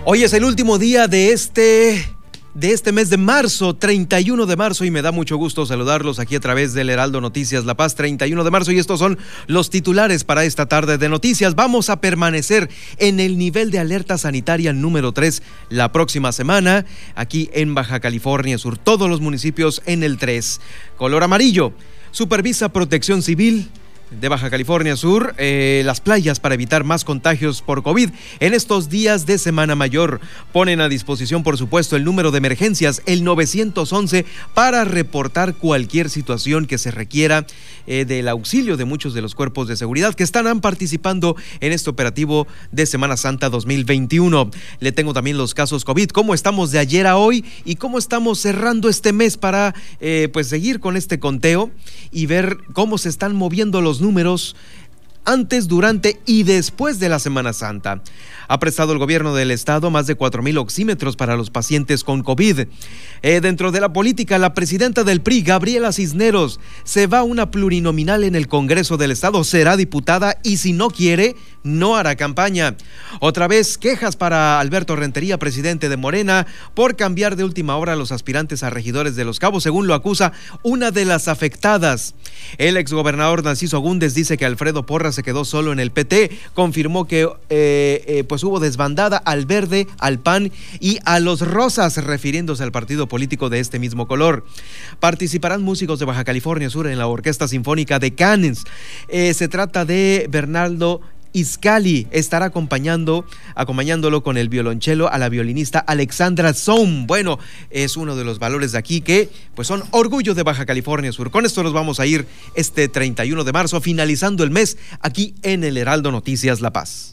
Hoy es el último día de este mes de marzo, 31 de marzo, y me da mucho gusto saludarlos aquí a través del Heraldo Noticias La Paz, 31 de marzo, y estos son los titulares para esta tarde de noticias. Vamos a permanecer en el nivel de alerta sanitaria número 3 la próxima semana, aquí en Baja California Sur, todos los municipios en el 3. Color amarillo, supervisa Protección Civil de Baja California Sur las playas para evitar más contagios por COVID. En estos días de Semana Mayor ponen a disposición, por supuesto, el número de emergencias, el 911, para reportar cualquier situación que se requiera del auxilio de muchos de los cuerpos de seguridad que estarán participando en este operativo de Semana Santa 2021. Le tengo también los casos COVID, cómo estamos de ayer a hoy y cómo estamos cerrando este mes para pues seguir con este conteo y ver cómo se están moviendo los números antes, durante y después de la Semana Santa. Ha prestado el gobierno del estado más de 4,000 oxímetros para los pacientes con COVID. Dentro de la política, la presidenta del PRI, Gabriela Cisneros, se va a una plurinominal en el Congreso del Estado, será diputada y si no quiere, no hará campaña. Otra vez, quejas para Alberto Rentería, presidente de Morena, por cambiar de última hora a los aspirantes a regidores de Los Cabos, según lo acusa una de las afectadas. El exgobernador Narciso Agúndez dice que Alfredo Porras se quedó solo en el PT, confirmó que pues hubo desbandada al Verde, al PAN y a los Rosas, refiriéndose al partido político de este mismo color. Participarán músicos de Baja California Sur en la Orquesta Sinfónica de Cannes. Se trata de Bernardo Iscali, estará acompañándolo con el violonchelo a la violinista Alexandra Soum. Bueno, es uno de los valores de aquí que pues son orgullo de Baja California Sur. Con esto nos vamos a ir este 31 de marzo, finalizando el mes aquí en el Heraldo Noticias La Paz.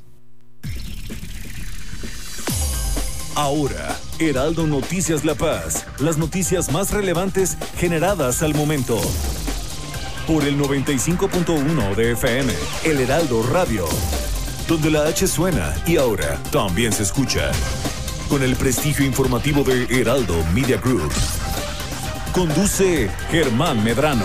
Ahora, Heraldo Noticias La Paz, las noticias más relevantes generadas al momento. Por el 95.1 de FM, El Heraldo Radio, donde la H suena y ahora también se escucha. Con el prestigio informativo de Heraldo Media Group. Conduce Germán Medrano.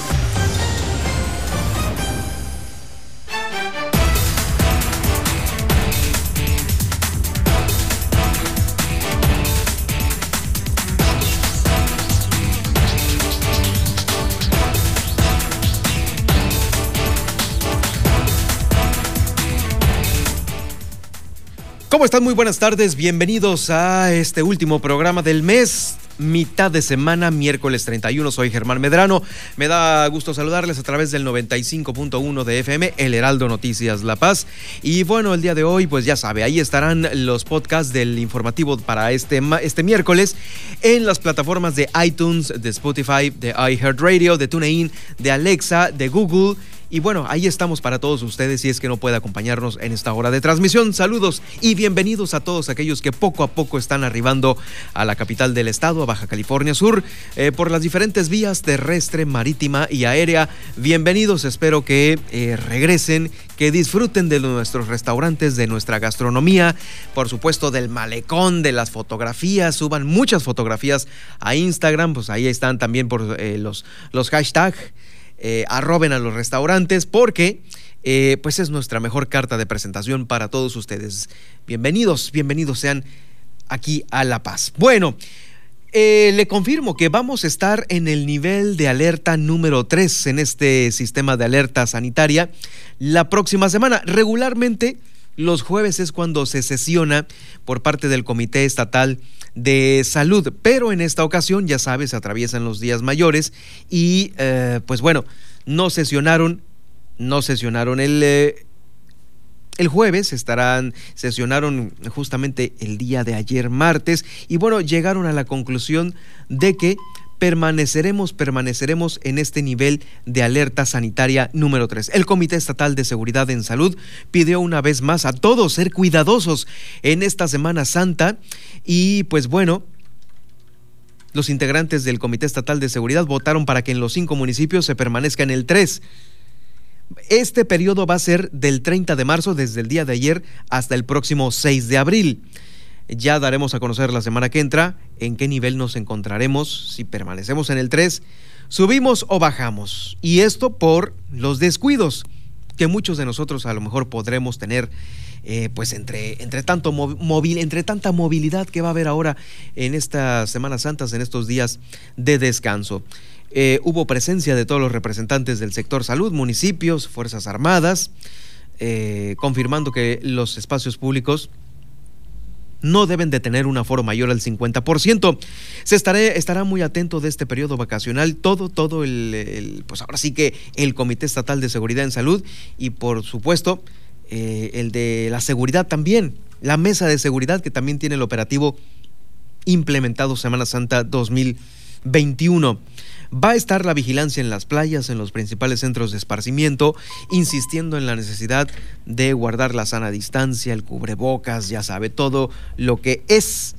¿Cómo están? Muy buenas tardes, bienvenidos a este último programa del mes, mitad de semana, miércoles 31, soy Germán Medrano, me da gusto saludarles a través del 95.1 de FM, El Heraldo Noticias La Paz, y bueno, el día de hoy, pues ya sabe, ahí estarán los podcasts del informativo para este miércoles, en las plataformas de iTunes, de Spotify, de iHeartRadio, de TuneIn, de Alexa, de Google. Y bueno, ahí estamos para todos ustedes si es que no puede acompañarnos en esta hora de transmisión. Saludos y bienvenidos a todos aquellos que poco a poco están arribando a la capital del estado, a Baja California Sur, por las diferentes vías terrestre, marítima y aérea. Bienvenidos, espero que regresen, que disfruten de nuestros restaurantes, de nuestra gastronomía, por supuesto del malecón, de las fotografías, suban muchas fotografías a Instagram, pues ahí están también por los hashtags. Arroben a los restaurantes porque pues es nuestra mejor carta de presentación para todos ustedes. Bienvenidos sean aquí a La Paz. Bueno, le confirmo que vamos a estar en el nivel de alerta número 3 en este sistema de alerta sanitaria la próxima semana. Regularmente los jueves es cuando se sesiona por parte del Comité Estatal de Salud, pero en esta ocasión, ya sabes, se atraviesan los días mayores y pues bueno, no sesionaron el jueves, sesionaron justamente el día de ayer martes y bueno, llegaron a la conclusión de que permaneceremos en este nivel de alerta sanitaria número 3. El Comité Estatal de Seguridad en Salud pidió una vez más a todos ser cuidadosos en esta Semana Santa y pues bueno, los integrantes del Comité Estatal de Seguridad votaron para que en los 5 municipios se permanezca en el 3. Este periodo va a ser del 30 de marzo, desde el día de ayer hasta el próximo 6 de abril. Ya daremos a conocer la semana que entra en qué nivel nos encontraremos, si permanecemos en el 3, subimos o bajamos. Y esto por los descuidos que muchos de nosotros a lo mejor podremos tener pues entre tanta movilidad que va a haber ahora en estas Semanas Santas, en estos días de descanso. Hubo presencia de todos los representantes del sector salud, municipios, Fuerzas Armadas, confirmando que los espacios públicos no deben de tener un aforo mayor al 50%. Estará muy atento de este periodo vacacional todo pues ahora sí que el Comité Estatal de Seguridad en Salud y por supuesto el de la seguridad también, la mesa de seguridad que también tiene el operativo implementado Semana Santa 2021. Va a estar la vigilancia en las playas, en los principales centros de esparcimiento, insistiendo en la necesidad de guardar la sana distancia, el cubrebocas, ya sabe, todo lo que es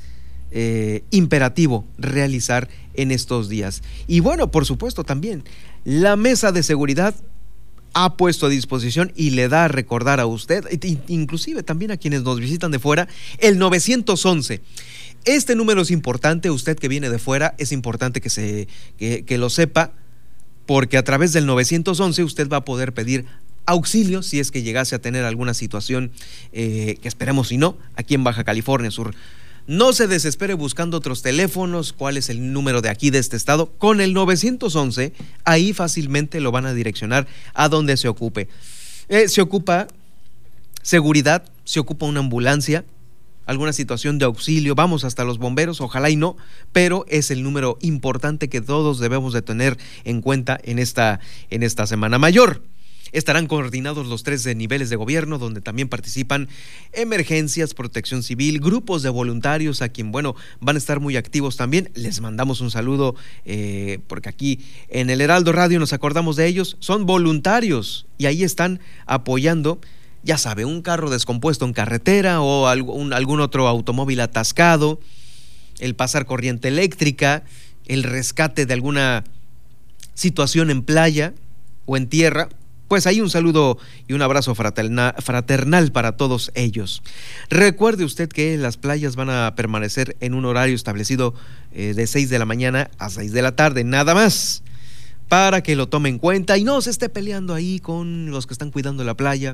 imperativo realizar en estos días. Y bueno, por supuesto también, la mesa de seguridad ha puesto a disposición y le da a recordar a usted, inclusive también a quienes nos visitan de fuera, el 911. Este número es importante, usted que viene de fuera, es importante que lo sepa, porque a través del 911 usted va a poder pedir auxilio si es que llegase a tener alguna situación, que esperemos y no, aquí en Baja California Sur. No se desespere buscando otros teléfonos, cuál es el número de aquí de este estado. Con el 911, ahí fácilmente lo van a direccionar a donde se ocupe. Se ocupa seguridad, se ocupa una ambulancia, alguna situación de auxilio, vamos hasta los bomberos, ojalá y no, pero es el número importante que todos debemos de tener en cuenta en esta Semana Mayor. Estarán coordinados los 3 niveles de gobierno, donde también participan emergencias, protección civil, grupos de voluntarios, a quien, bueno, van a estar muy activos también. Les mandamos un saludo, porque aquí en el Heraldo Radio nos acordamos de ellos, son voluntarios y ahí están apoyando, ya sabe, un carro descompuesto en carretera o algún otro automóvil atascado, el pasar corriente eléctrica, el rescate de alguna situación en playa o en tierra. Pues ahí un saludo y un abrazo fraternal para todos ellos. Recuerde usted que las playas van a permanecer en un horario establecido de 6 de la mañana a 6 de la tarde, nada más, para que lo tome en cuenta y no se esté peleando ahí con los que están cuidando la playa,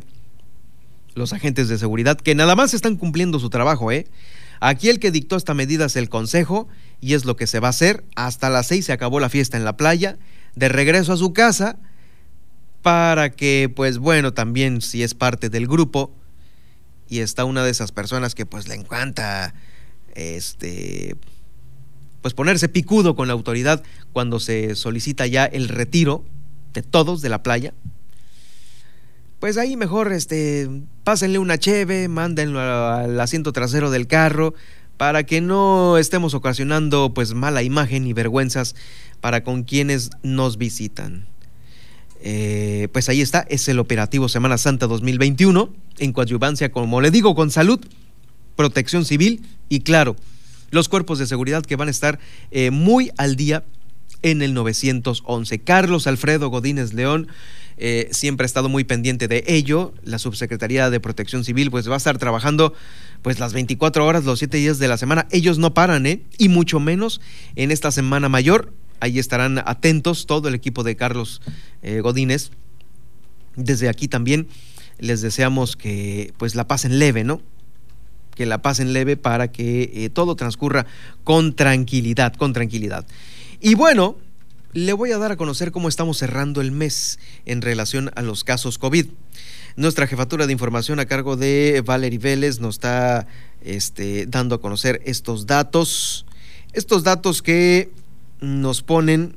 los agentes de seguridad, que nada más están cumpliendo su trabajo, Aquí el que dictó esta medida es el consejo y es lo que se va a hacer. Hasta las 6 se acabó la fiesta en la playa, de regreso a su casa, para que, pues bueno, también si es parte del grupo y está una de esas personas que pues le encanta pues ponerse picudo con la autoridad cuando se solicita ya el retiro de todos de la playa, pues ahí mejor pásenle una cheve, mándenlo al asiento trasero del carro para que no estemos ocasionando pues mala imagen y vergüenzas para con quienes nos visitan. Pues ahí está, es el operativo Semana Santa 2021 en coadyuvancia, como le digo, con salud, protección civil y claro, los cuerpos de seguridad que van a estar muy al día en el 911. Carlos Alfredo Godínez León siempre ha estado muy pendiente de ello. La Subsecretaría de Protección Civil pues va a estar trabajando pues las 24 horas, los 7 días de la semana. Ellos no paran, y mucho menos en esta Semana Mayor. Ahí estarán atentos todo el equipo de Carlos Godínez. Desde aquí también les deseamos que pues la pasen leve, ¿no? Que la pasen leve para que todo transcurra con tranquilidad, Y bueno, le voy a dar a conocer cómo estamos cerrando el mes en relación a los casos COVID. Nuestra jefatura de información a cargo de Valerie Vélez nos está dando a conocer estos datos que nos ponen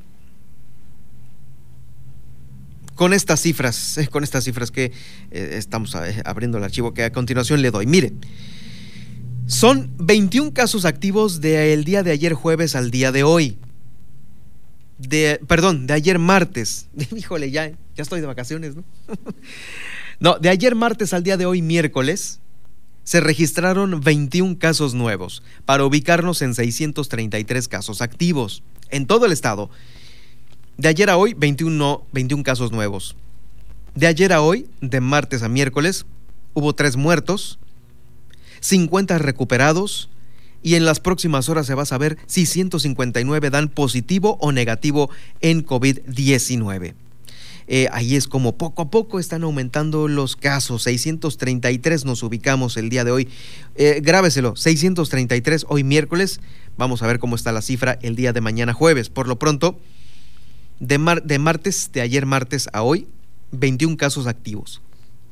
con estas cifras que estamos abriendo el archivo que a continuación le doy. Mire, son 21 casos activos del día de ayer jueves al día de hoy. De ayer martes. Híjole, ya estoy de vacaciones, ¿no? No, de ayer martes al día de hoy miércoles se registraron 21 casos nuevos para ubicarnos en 633 casos activos en todo el estado. De ayer a hoy 21 casos nuevos. De ayer a hoy, de martes a miércoles, hubo 3 muertos, 50 recuperados y en las próximas horas se va a saber si 159 dan positivo o negativo en COVID-19. Ahí es como poco a poco están aumentando los casos. 633 nos ubicamos el día de hoy. Grábeselo, 633 hoy miércoles. Vamos a ver cómo está la cifra el día de mañana jueves. Por lo pronto, de ayer martes a hoy, 21 casos activos.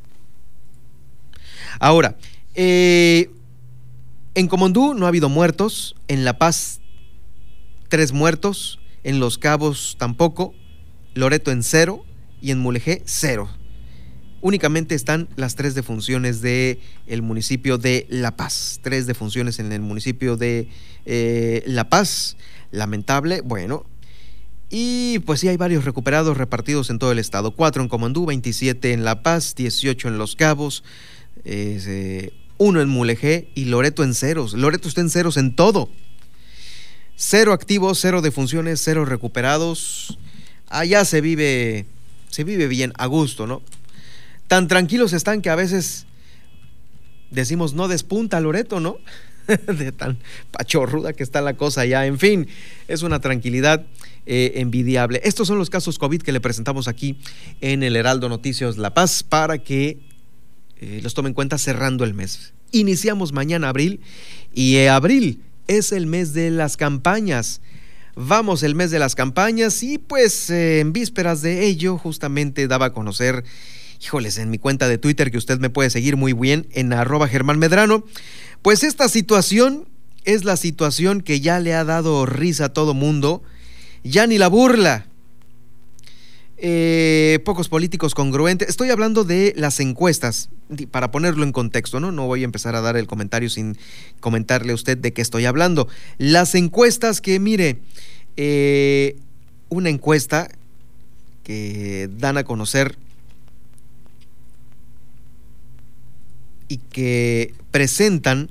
Ahora, en Comondú no ha habido muertos, en La Paz 3 muertos, en Los Cabos tampoco, Loreto en 0 y en Mulegé 0. Únicamente están las 3 defunciones del municipio de La Paz. 3 defunciones en el municipio de La Paz. Lamentable, bueno. Y pues sí, hay varios recuperados repartidos en todo el estado. 4 en Comondú, 27 en La Paz, 18 en Los Cabos, 1 en Mulegé y Loreto en 0. Loreto está en 0 en todo. 0 activos, 0 defunciones, 0 recuperados. Allá se vive bien, a gusto, ¿no? Tan tranquilos están que a veces decimos, no despunta Loreto, ¿no? De tan pachorruda que está la cosa allá. En fin, es una tranquilidad envidiable. Estos son los casos COVID que le presentamos aquí en el Heraldo Noticias La Paz para que los tomen en cuenta cerrando el mes. Iniciamos mañana abril y abril es el mes de las campañas. Vamos, el mes de las campañas y pues en vísperas de ello justamente daba a conocer, híjoles, en mi cuenta de Twitter, que usted me puede seguir muy bien en @GermánMedrano, pues esta situación es la situación que ya le ha dado risa a todo mundo, ya ni la burla. Pocos políticos congruentes. Estoy hablando de las encuestas, para ponerlo en contexto, ¿no? No voy a empezar a dar el comentario sin comentarle a usted de qué estoy hablando. Las encuestas que, mire, una encuesta que dan a conocer y que presentan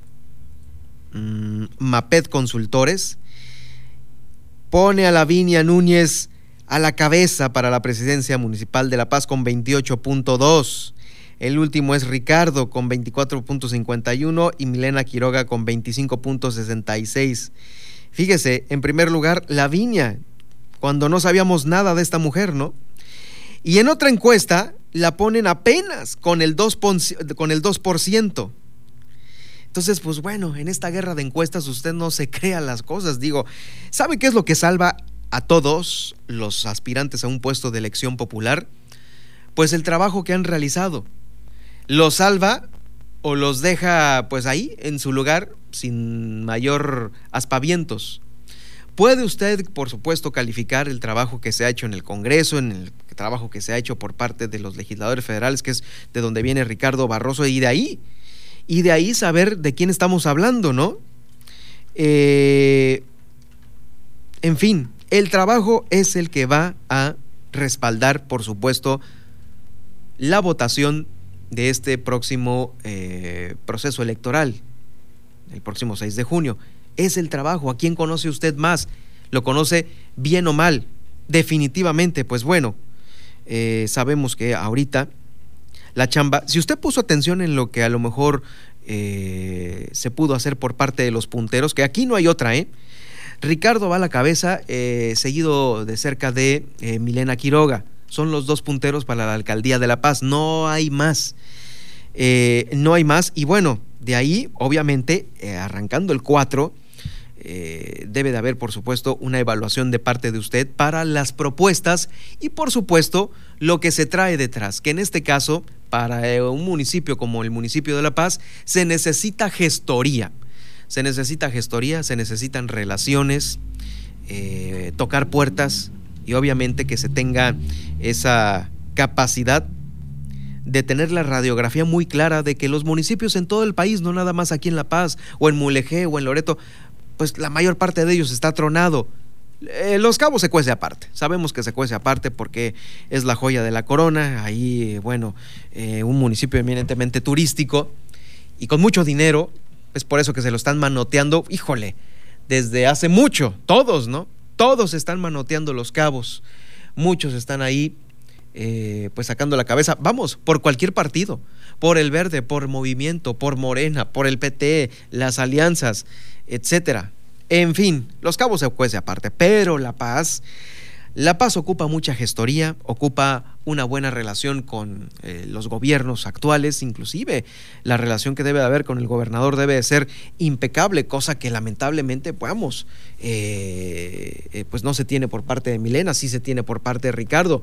Maped Consultores, pone a Lavinia Núñez a la cabeza para la presidencia municipal de La Paz con 28.2. El último es Ricardo con 24.51 y Milena Quiroga con 25.66. Fíjese, en primer lugar, Lavinia, cuando no sabíamos nada de esta mujer, ¿no? Y en otra encuesta la ponen apenas con el 2%. Entonces, pues bueno, en esta guerra de encuestas usted no se crea las cosas. Digo, ¿sabe qué es lo que salva a todos los aspirantes a un puesto de elección popular? Pues el trabajo que han realizado. Los salva o los deja pues ahí en su lugar sin mayor aspavientos. Puede usted, por supuesto, calificar el trabajo que se ha hecho en el Congreso, en el trabajo que se ha hecho por parte de los legisladores federales, que es de donde viene Ricardo Barroso, y de ahí saber de quién estamos hablando, ¿no? En fin, el trabajo es el que va a respaldar, por supuesto, la votación de este próximo proceso electoral, el próximo 6 de junio. Es el trabajo. ¿A quién conoce usted más? ¿Lo conoce bien o mal? Definitivamente, pues bueno, sabemos que ahorita la chamba, si usted puso atención en lo que a lo mejor se pudo hacer por parte de los punteros, que aquí no hay otra, Ricardo va a la cabeza, seguido de cerca de Milena Quiroga. Son los 2 punteros para la alcaldía de La Paz, no hay más. No hay más, y bueno, de ahí, obviamente, arrancando el 4, debe de haber, por supuesto, una evaluación de parte de usted para las propuestas y, por supuesto, lo que se trae detrás, que en este caso, para un municipio como el municipio de La Paz, se necesita gestoría. Se necesitan relaciones, tocar puertas y obviamente que se tenga esa capacidad de tener la radiografía muy clara de que los municipios en todo el país, no nada más aquí en La Paz o en Mulegé o en Loreto, pues la mayor parte de ellos está tronado. Los Cabos se cuece aparte, sabemos que se cuece aparte porque es la joya de la corona, ahí bueno, un municipio eminentemente turístico y con mucho dinero. Es por eso que se lo están manoteando, híjole, desde hace mucho, todos, ¿no? Todos están manoteando Los Cabos, muchos están ahí pues sacando la cabeza, vamos, por cualquier partido, por el Verde, por Movimiento, por Morena, por el PT, las alianzas, etcétera. En fin, Los Cabos se cuece aparte, pero La Paz La Paz ocupa mucha gestoría, ocupa una buena relación con los gobiernos actuales, inclusive la relación que debe haber con el gobernador debe de ser impecable, cosa que lamentablemente, pues no se tiene por parte de Milena, sí se tiene por parte de Ricardo.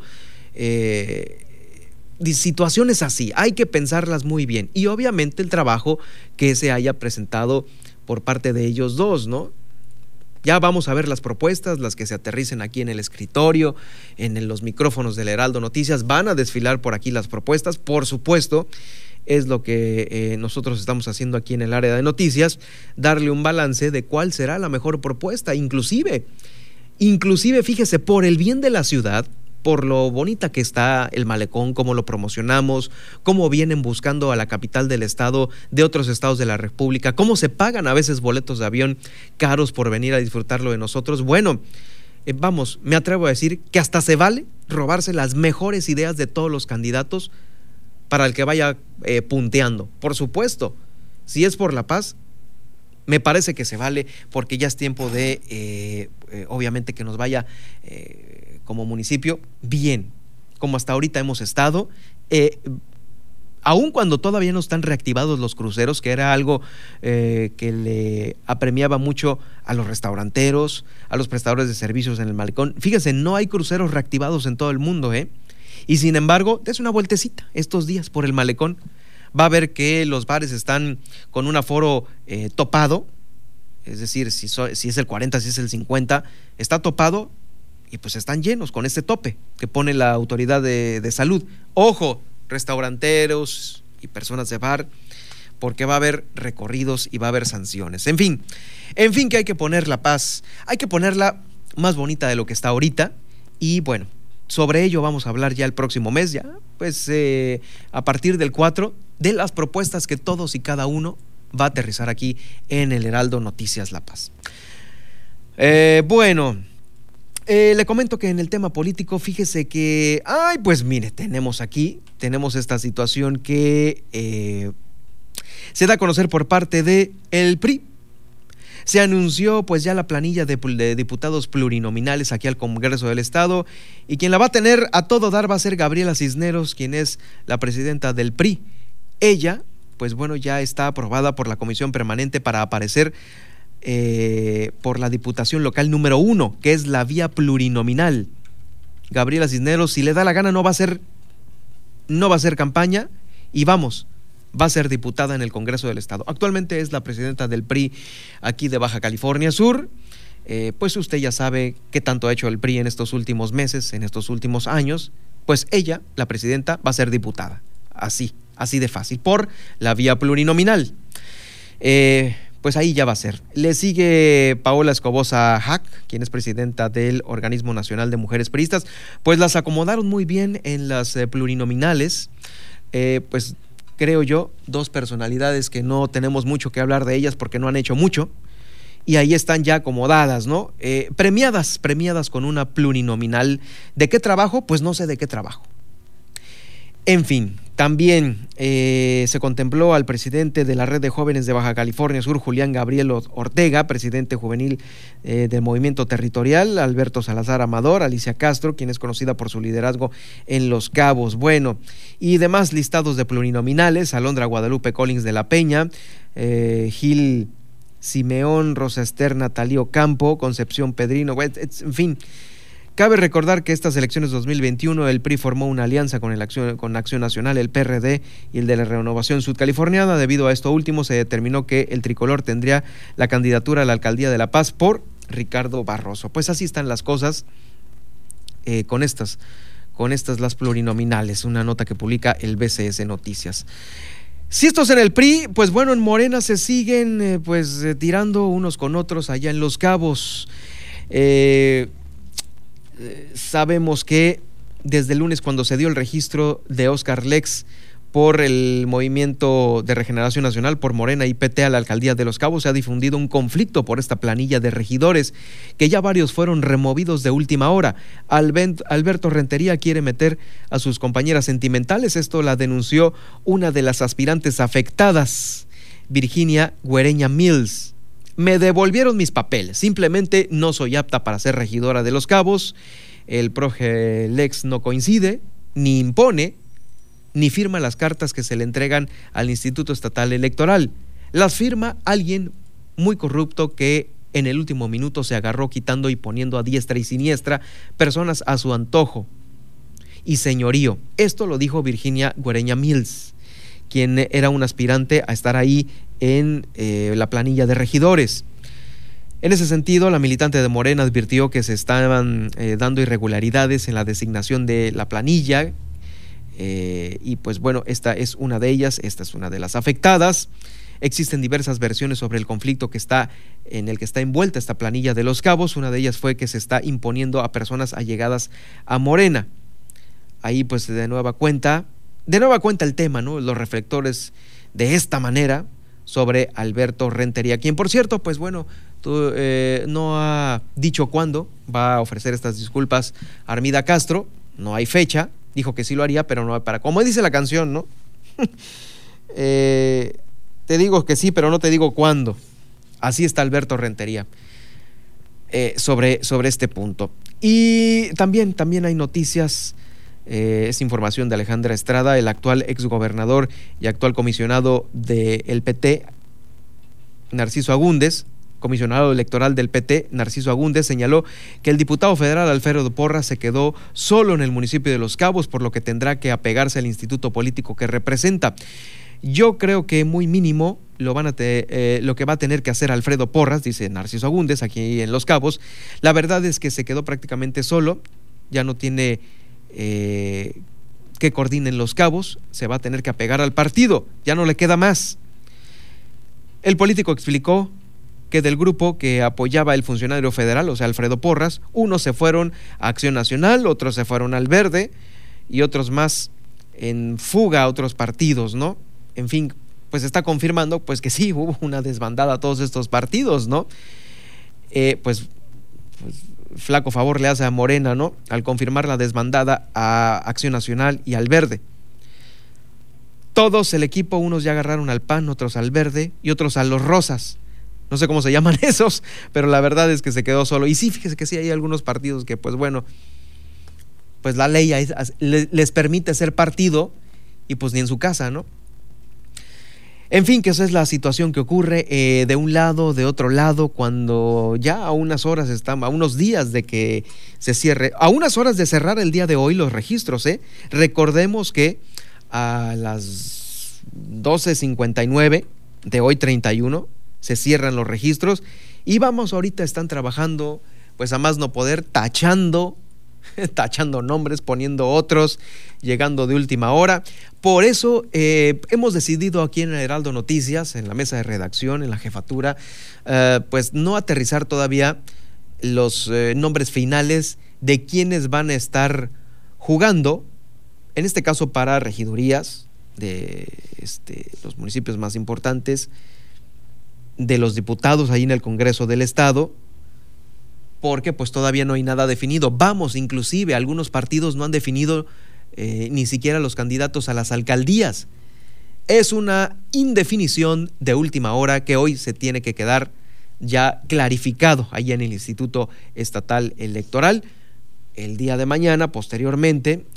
Situaciones así, hay que pensarlas muy bien y obviamente el trabajo que se haya presentado por parte de ellos dos, ¿no? Ya vamos a ver las propuestas, las que se aterricen aquí en el escritorio, en los micrófonos del Heraldo Noticias, van a desfilar por aquí las propuestas, por supuesto, es lo que nosotros estamos haciendo aquí en el área de noticias, darle un balance de cuál será la mejor propuesta, inclusive, fíjese, por el bien de la ciudad, por lo bonita que está el malecón, cómo lo promocionamos, cómo vienen buscando a la capital del estado de otros estados de la República, cómo se pagan a veces boletos de avión caros por venir a disfrutarlo de nosotros. Bueno, me atrevo a decir que hasta se vale robarse las mejores ideas de todos los candidatos para el que vaya punteando. Por supuesto, si es por la paz, me parece que se vale, porque ya es tiempo de, obviamente, que nos vaya como municipio bien, como hasta ahorita hemos estado, aun cuando todavía no están reactivados los cruceros, que era algo que le apremiaba mucho a los restauranteros, a los prestadores de servicios en el malecón. Fíjense, no hay cruceros reactivados en todo el mundo, y sin embargo, des una vueltecita estos días por el malecón, va a ver que los bares están con un aforo topado, es decir, si es el 40, si es el 50, está topado y pues están llenos con este tope que pone la autoridad de salud. Ojo, restauranteros y personas de bar, porque va a haber recorridos y va a haber sanciones. En fin, que hay que poner La Paz, hay que ponerla más bonita de lo que está ahorita y bueno, sobre ello vamos a hablar ya el próximo mes, ya pues a partir del 4, de las propuestas que todos y cada uno va a aterrizar aquí en el Heraldo Noticias La Paz. Le comento que en el tema político, fíjese que, pues mire, tenemos esta situación que se da a conocer por parte de el PRI. Se anunció pues ya la planilla de diputados plurinominales aquí al Congreso del Estado, y quien la va a tener a todo dar va a ser Gabriela Cisneros, quien es la presidenta del PRI. Ella, pues bueno, ya está aprobada por la Comisión Permanente para aparecer por la Diputación Local número 1, que es la vía plurinominal. Gabriela Cisneros, si le da la gana, no va a hacer campaña y va a ser diputada en el Congreso del Estado. Actualmente es la presidenta del PRI aquí de Baja California Sur. Pues usted ya sabe qué tanto ha hecho el PRI en estos últimos meses, en estos últimos años. Pues ella, la presidenta, va a ser diputada. Así de fácil, por la vía plurinominal. Pues ahí ya va a ser. Le sigue Paola Escobosa Hack, quien es presidenta del Organismo Nacional de Mujeres Priistas. Pues las acomodaron muy bien en las plurinominales. Pues creo yo, dos personalidades que no tenemos mucho que hablar de ellas porque no han hecho mucho. Y ahí están ya acomodadas, ¿no? Premiadas con una plurinominal. ¿De qué trabajo? Pues no sé de qué trabajo. En fin, también se contempló al presidente de la Red de Jóvenes de Baja California Sur, Julián Gabriel Ortega, presidente juvenil del Movimiento Territorial, Alberto Salazar Amador, Alicia Castro, quien es conocida por su liderazgo en Los Cabos, bueno, y demás listados de plurinominales: Alondra Guadalupe Collins de la Peña, Gil Simeón, Rosa Esther Natalio Campo, Concepción Pedrino, en fin. Cabe recordar que estas elecciones 2021 el PRI formó una alianza con Acción Nacional, el PRD y el de la Renovación Sudcaliforniana. Debido a esto último, se determinó que el tricolor tendría la candidatura a la alcaldía de La Paz por Ricardo Barroso. Pues así están las cosas con estas las plurinominales, una nota que publica el BCS Noticias. Si estos en el PRI, pues bueno, en Morena se siguen tirando unos con otros allá en Los Cabos. Sabemos que desde el lunes, cuando se dio el registro de Óscar Lex por el Movimiento de Regeneración Nacional, por Morena y PT a la alcaldía de Los Cabos, se ha difundido un conflicto por esta planilla de regidores, que ya varios fueron removidos de última hora. Alberto Rentería quiere meter a sus compañeras sentimentales. Esto la denunció una de las aspirantes afectadas, Virginia Güereña Mills. Me devolvieron mis papeles, simplemente no soy apta para ser regidora de Los Cabos. El Progelex no coincide, ni impone, ni firma las cartas que se le entregan al Instituto Estatal Electoral. Las firma alguien muy corrupto que en el último minuto se agarró quitando y poniendo a diestra y siniestra personas a su antojo y señorío. Esto lo dijo Virginia Güereña Mills, quien era un aspirante a estar ahí en la planilla de regidores. En ese sentido, la militante de Morena advirtió que se estaban dando irregularidades en la designación de la planilla y pues bueno, esta es una de ellas, esta es una de las afectadas. Existen diversas versiones sobre el conflicto en el que está envuelta esta planilla de Los Cabos. Una de ellas fue que se está imponiendo a personas allegadas a Morena. Ahí pues de nueva cuenta el tema, ¿no? Los reflectores de esta manera sobre Alberto Rentería, quien por cierto, pues bueno, no ha dicho cuándo va a ofrecer estas disculpas a Armida Castro, no hay fecha, dijo que sí lo haría, pero no para, como dice la canción, ¿no? Te digo que sí, pero no te digo cuándo. Así está Alberto Rentería sobre este punto. Y también hay noticias. Es información de Alejandra Estrada, el actual exgobernador y actual comisionado del PT, Narciso Agúndez, comisionado electoral del PT, Narciso Agúndez, señaló que el diputado federal Alfredo Porras se quedó solo en el municipio de Los Cabos, por lo que tendrá que apegarse al instituto político que representa. Yo creo que muy mínimo lo que va a tener que hacer Alfredo Porras, dice Narciso Agúndez, aquí en Los Cabos. La verdad es que se quedó prácticamente solo, ya no tiene que coordinen Los Cabos, se va a tener que apegar al partido, ya no le queda más. El político explicó que del grupo que apoyaba el funcionario federal, o sea Alfredo Porras, unos se fueron a Acción Nacional, otros se fueron al Verde y otros más en fuga a otros partidos, ¿no? En fin, pues está confirmando pues que sí, hubo una desbandada a todos estos partidos, ¿no? Pues flaco favor le hace a Morena, ¿no? Al confirmar la desbandada a Acción Nacional y al Verde. Todos el equipo, unos ya agarraron al PAN, otros al Verde y otros a los Rosas. No sé cómo se llaman esos, pero la verdad es que se quedó solo. Y sí, fíjese que sí hay algunos partidos que pues bueno, pues la ley les permite ser partido y pues ni en su casa, ¿no? En fin, que esa es la situación que ocurre de un lado, de otro lado, cuando ya a unas horas a unos días de que se cierre, a unas horas de cerrar el día de hoy los registros, Recordemos que a las 12:59 de hoy 31 se cierran los registros y ahorita están trabajando pues a más no poder, tachando nombres, poniendo otros, llegando de última hora. Por eso hemos decidido aquí en Heraldo Noticias, en la mesa de redacción, en la jefatura, pues no aterrizar todavía los nombres finales de quienes van a estar jugando, en este caso para regidurías de los municipios más importantes, de los diputados ahí en el Congreso del Estado, porque pues todavía no hay nada definido. Inclusive algunos partidos no han definido ni siquiera los candidatos a las alcaldías. Es una indefinición de última hora que hoy se tiene que quedar ya clarificado allá en el Instituto Estatal Electoral. El día de mañana, posteriormente,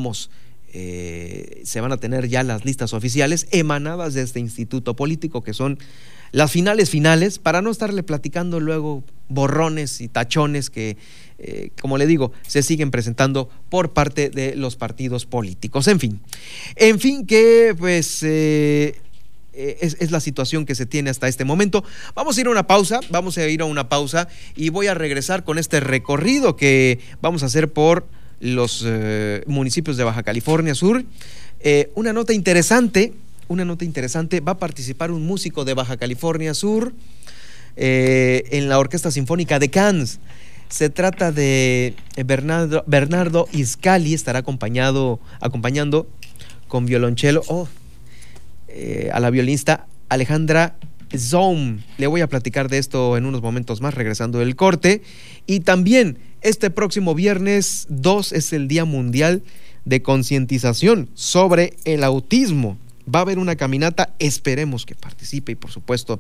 se van a tener ya las listas oficiales emanadas de este instituto político, que son las finales, para no estarle platicando luego borrones y tachones que, como le digo, se siguen presentando por parte de los partidos políticos. En fin, que pues es la situación que se tiene hasta este momento. Vamos a ir a una pausa y voy a regresar con este recorrido que vamos a hacer por los municipios de Baja California Sur. Una nota interesante, va a participar un músico de Baja California Sur en la Orquesta Sinfónica de Cannes. Se trata de Bernardo Iscali, estará acompañando con violonchelo a la violinista Alejandra Zoom. Le voy a platicar de esto en unos momentos más, regresando del corte. Y también este próximo viernes 2 es el Día Mundial de Concientización sobre el Autismo. Va a haber una caminata, esperemos que participe y por supuesto,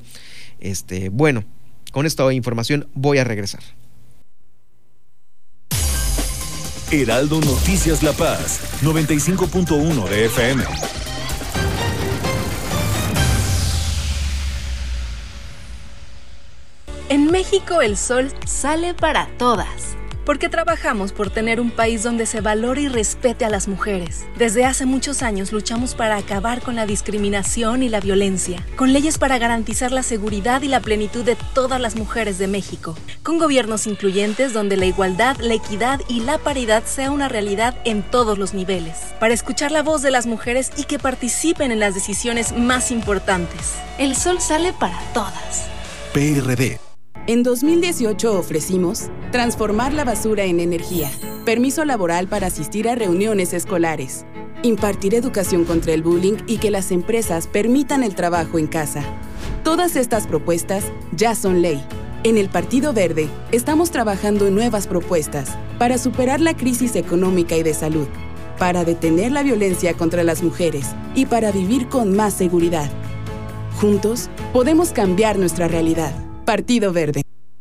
con esta información voy a regresar. Heraldo Noticias La Paz, 95.1 de FM. En México el sol sale para todas, porque trabajamos por tener un país donde se valore y respete a las mujeres. Desde hace muchos años luchamos para acabar con la discriminación y la violencia, con leyes para garantizar la seguridad y la plenitud de todas las mujeres de México, con gobiernos incluyentes donde la igualdad, la equidad y la paridad sea una realidad en todos los niveles, para escuchar la voz de las mujeres y que participen en las decisiones más importantes. El sol sale para todas. PRD. En 2018 ofrecimos transformar la basura en energía, permiso laboral para asistir a reuniones escolares, impartir educación contra el bullying y que las empresas permitan el trabajo en casa. Todas estas propuestas ya son ley. En el Partido Verde estamos trabajando en nuevas propuestas para superar la crisis económica y de salud, para detener la violencia contra las mujeres y para vivir con más seguridad. Juntos podemos cambiar nuestra realidad. Partido Verde.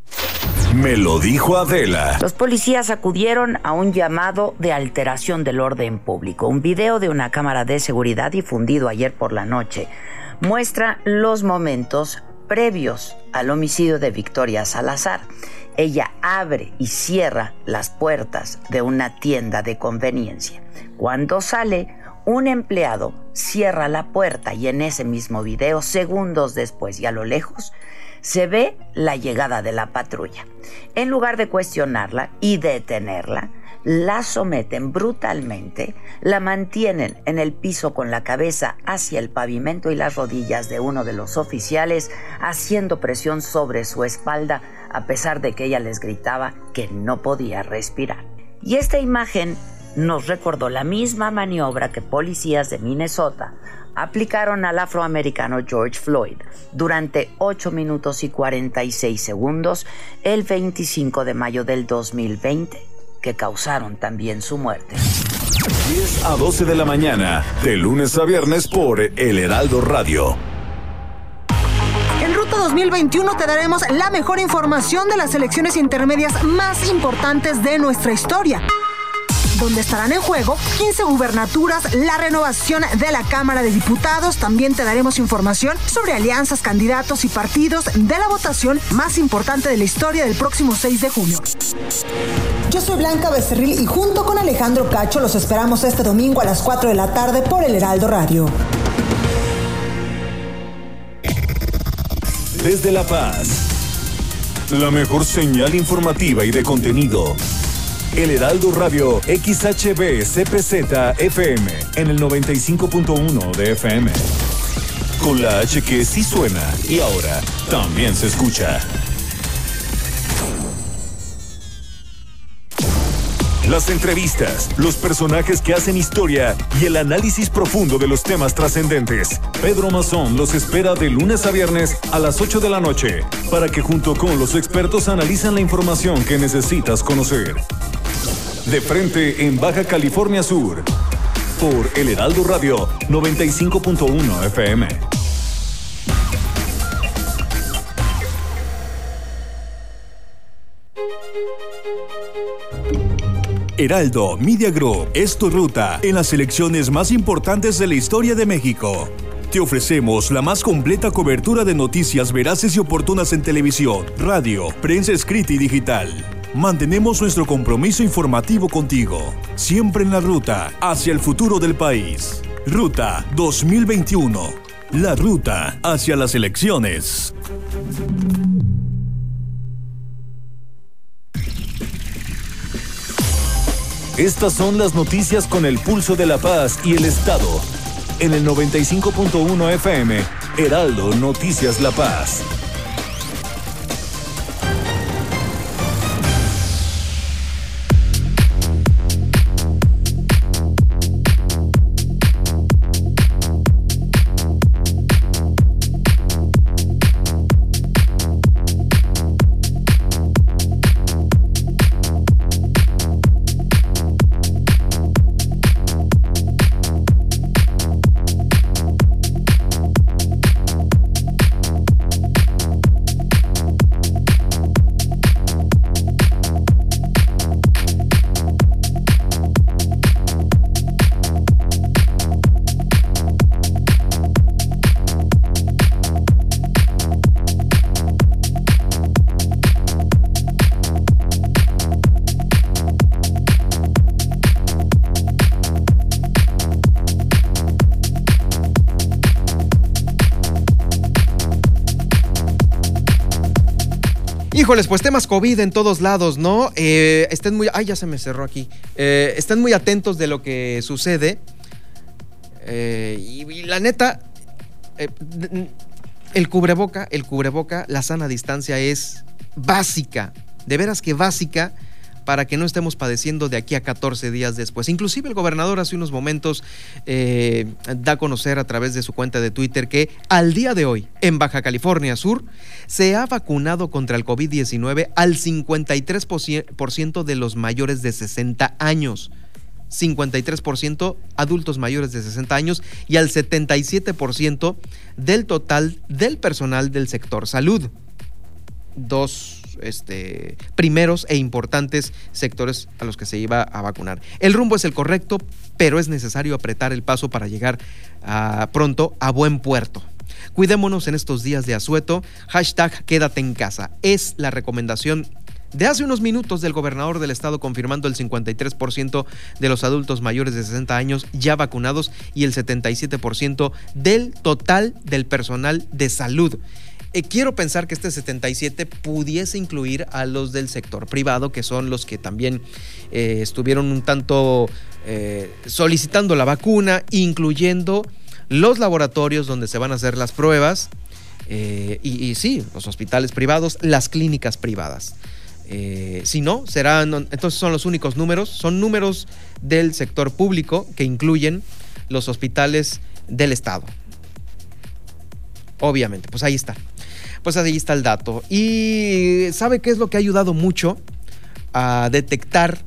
Me lo dijo Adela. Los policías acudieron a un llamado de alteración del orden público. Un video de una cámara de seguridad difundido ayer por la noche muestra los momentos previos al homicidio de Victoria Salazar. Ella abre y cierra las puertas de una tienda de conveniencia. Cuando sale, un empleado cierra la puerta y en ese mismo video, segundos después y a lo lejos, se ve la llegada de la patrulla. En lugar de cuestionarla y detenerla, la someten brutalmente, la mantienen en el piso con la cabeza hacia el pavimento y las rodillas de uno de los oficiales, haciendo presión sobre su espalda, a pesar de que ella les gritaba que no podía respirar. Y esta imagen nos recordó la misma maniobra que policías de Minnesota aplicaron al afroamericano George Floyd durante 8 minutos y 46 segundos el 25 de mayo del 2020, que causaron también su muerte. 10 a 12 de la mañana, de lunes a viernes por El Heraldo Radio. En Ruta 2021 te daremos la mejor información de las elecciones intermedias más importantes de nuestra historia, donde estarán en juego 15 gubernaturas, la renovación de la Cámara de Diputados. También te daremos información sobre alianzas, candidatos y partidos de la votación más importante de la historia del próximo 6 de junio. Yo soy Blanca Becerril y junto con Alejandro Cacho los esperamos este domingo a las 4 de la tarde por El Heraldo Radio. Desde La Paz, la mejor señal informativa y de contenido. El Heraldo Radio XHB CPZ FM en el 95.1 de FM. Con la H que sí suena y ahora también se escucha. Las entrevistas, los personajes que hacen historia y el análisis profundo de los temas trascendentes. Pedro Mazón los espera de lunes a viernes a las 8 de la noche para que junto con los expertos analicen la información que necesitas conocer. De frente en Baja California Sur, por El Heraldo Radio 95.1 FM. Heraldo Media Group es tu ruta en las elecciones más importantes de la historia de México. Te ofrecemos la más completa cobertura de noticias veraces y oportunas en televisión, radio, prensa escrita y digital. Mantenemos nuestro compromiso informativo contigo, siempre en la ruta hacia el futuro del país. Ruta 2021, la ruta hacia las elecciones. Estas son las noticias con el pulso de La Paz y el Estado. En el 95.1 FM, Heraldo Noticias La Paz. Híjoles, pues temas COVID en todos lados, ¿no? Estén muy... Ay, ya se me cerró aquí. Estén muy atentos de lo que sucede. Y la neta, el cubreboca, la sana distancia es básica. De veras que básica, para que no estemos padeciendo de aquí a 14 días después. Inclusive el gobernador hace unos momentos da a conocer a través de su cuenta de Twitter que al día de hoy, en Baja California Sur, se ha vacunado contra el COVID-19 al 53% de los mayores de 60 años. 53% adultos mayores de 60 años y al 77% del total del personal del sector salud. Dos primeros e importantes sectores a los que se iba a vacunar. El rumbo es el correcto, pero es necesario apretar el paso para llegar pronto a buen puerto. Cuidémonos en estos días de asueto. #quédate en casa. Es la recomendación de hace unos minutos del gobernador del estado, confirmando el 53% de los adultos mayores de 60 años ya vacunados y el 77% del total del personal de salud. Quiero pensar que este 77 pudiese incluir a los del sector privado, que son los que también estuvieron un tanto solicitando la vacuna, incluyendo los laboratorios donde se van a hacer las pruebas, y sí, los hospitales privados, las clínicas privadas. Si no, entonces son los únicos números, son números del sector público que incluyen los hospitales del estado. Obviamente, pues ahí está. Pues ahí está el dato. ¿Y sabe qué es lo que ha ayudado mucho a detectar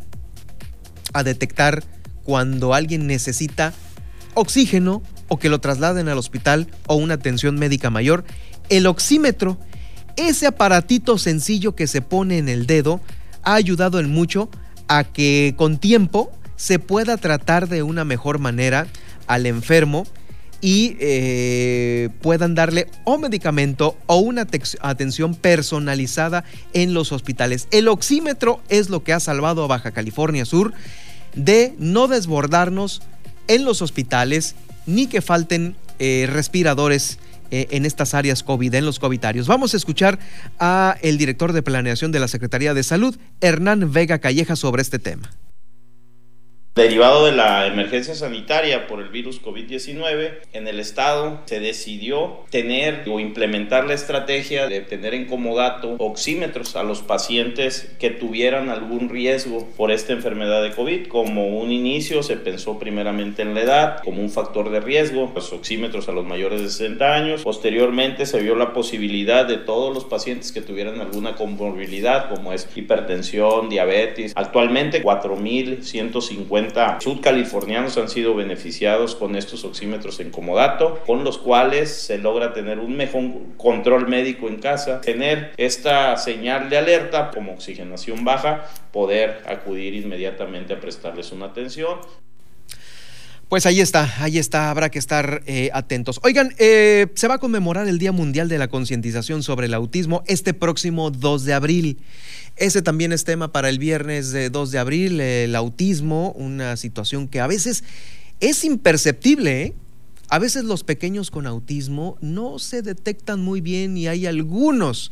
cuando alguien necesita oxígeno o que lo trasladen al hospital o una atención médica mayor? El oxímetro, ese aparatito sencillo que se pone en el dedo, ha ayudado en mucho a que con tiempo se pueda tratar de una mejor manera al enfermo y puedan darle o medicamento o una atención personalizada en los hospitales. El oxímetro es lo que ha salvado a Baja California Sur de no desbordarnos en los hospitales ni que falten respiradores en estas áreas COVID, en los covidarios. Vamos a escuchar a el director de planeación de la Secretaría de Salud, Hernán Vega Calleja, sobre este tema. Derivado de la emergencia sanitaria por el virus COVID-19, en el estado se decidió tener o implementar la estrategia de tener en comodato oxímetros a los pacientes que tuvieran algún riesgo por esta enfermedad de COVID. Como un inicio se pensó primeramente en la edad como un factor de riesgo, los oxímetros a los mayores de 60 años. Posteriormente se vio la posibilidad de todos los pacientes que tuvieran alguna comorbilidad, como es hipertensión, diabetes. Actualmente 4,150 sudcalifornianos han sido beneficiados con estos oxímetros en comodato, con los cuales se logra tener un mejor control médico en casa, tener esta señal de alerta como oxigenación baja, poder acudir inmediatamente a prestarles una atención. Pues ahí está, habrá que estar atentos. Oigan, se va a conmemorar el Día Mundial de la Concientización sobre el Autismo este próximo 2 de abril. Ese también es tema para el viernes 2 de abril, el autismo, una situación que a veces es imperceptible, ¿eh? A veces los pequeños con autismo no se detectan muy bien y hay algunos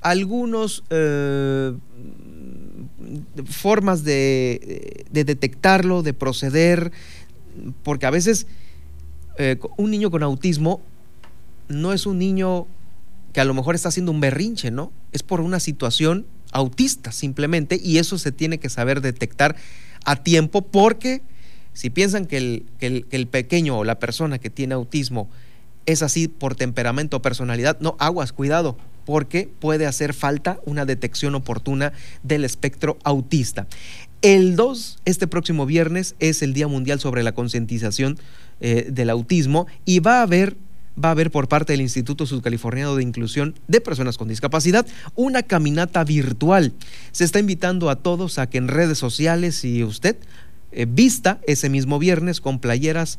formas de detectarlo, de proceder, porque a veces un niño con autismo no es un niño que a lo mejor está haciendo un berrinche, ¿no? Es por una situación autista simplemente, y eso se tiene que saber detectar a tiempo, porque si piensan que el pequeño o la persona que tiene autismo es así por temperamento o personalidad, no, aguas, cuidado, porque puede hacer falta una detección oportuna del espectro autista. El 2, este próximo viernes, es el Día Mundial sobre la Concientización del Autismo, y va a haber por parte del Instituto Sudcaliforniano de Inclusión de Personas con Discapacidad una caminata virtual. Se está invitando a todos a que en redes sociales, si usted vista ese mismo viernes con playeras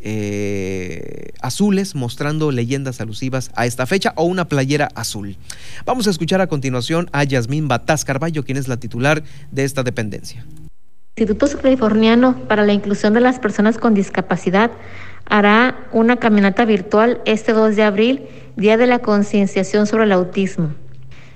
azules mostrando leyendas alusivas a esta fecha, o una playera azul. Vamos a escuchar a continuación a Yasmín Bataz Carballo, quien es la titular de esta dependencia. El Instituto Sudcaliforniano para la Inclusión de las Personas con Discapacidad hará una caminata virtual este 2 de abril, Día de la Concienciación sobre el Autismo.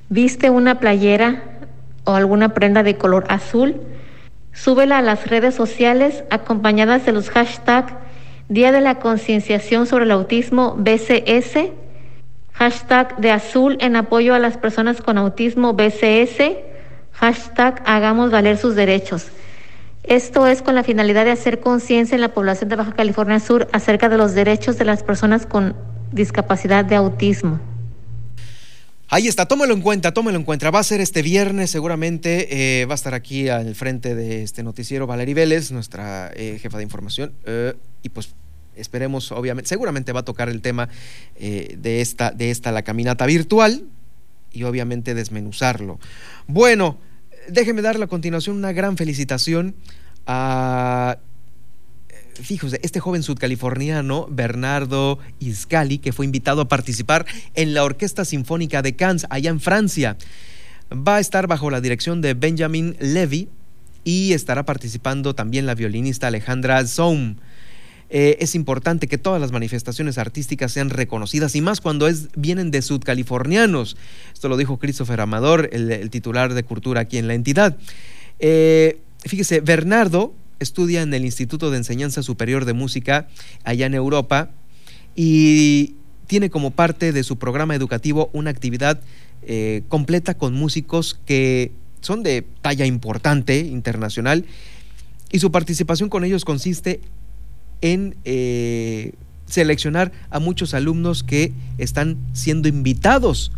viste una playera o alguna prenda de color azul, súbela a las redes sociales acompañadas de los hashtags Día de la Concienciación sobre el Autismo BCS, hashtag de azul en apoyo a las personas con autismo BCS, hashtag Hagamos Valer sus Derechos. Esto es con la finalidad de hacer conciencia en la población de Baja California Sur acerca de los derechos de las personas con discapacidad de autismo. Ahí está, tómelo en cuenta. Va a ser este viernes, seguramente va a estar aquí al frente de este noticiero Valerie Vélez, nuestra jefa de información, y pues esperemos, obviamente, seguramente va a tocar el tema de esta la caminata virtual y obviamente desmenuzarlo. Bueno, déjeme darle a continuación una gran felicitación a, fíjose, este joven sudcaliforniano, Bernardo Iscali, que fue invitado a participar en la Orquesta Sinfónica de Cannes, allá en Francia. Va a estar bajo la dirección de Benjamin Levy y estará participando también la violinista Alejandra Zoum. Es importante que todas las manifestaciones artísticas sean reconocidas y más cuando vienen de sudcalifornianos. Esto lo dijo Christopher Amador, el titular de Cultura aquí en la entidad. Fíjese, Bernardo estudia en el Instituto de Enseñanza Superior de Música allá en Europa y tiene como parte de su programa educativo una actividad completa con músicos que son de talla importante, internacional, y su participación con ellos consiste en seleccionar a muchos alumnos que están siendo invitados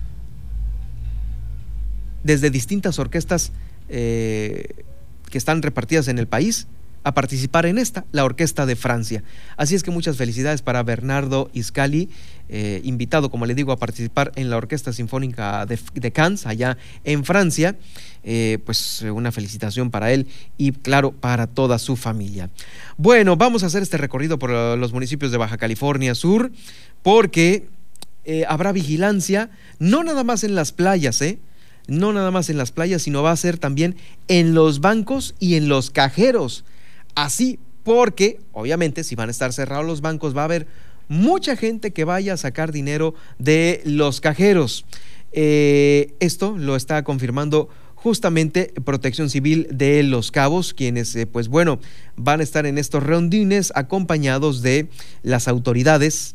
desde distintas orquestas que están repartidas en el país a participar en la Orquesta de Francia. Así es que muchas felicidades para Bernardo Iscali, invitado, como le digo, a participar en la Orquesta Sinfónica de Cannes, allá en Francia. Pues una felicitación para él y, claro, para toda su familia. Bueno, vamos a hacer este recorrido por los municipios de Baja California Sur, porque habrá vigilancia, no nada más en las playas, no nada más en las playas, sino va a ser también en los bancos y en los cajeros. Así, porque obviamente si van a estar cerrados los bancos, va a haber mucha gente que vaya a sacar dinero de los cajeros. Esto lo está confirmando justamente Protección Civil de Los Cabos, quienes pues bueno, van a estar en estos rondines acompañados de las autoridades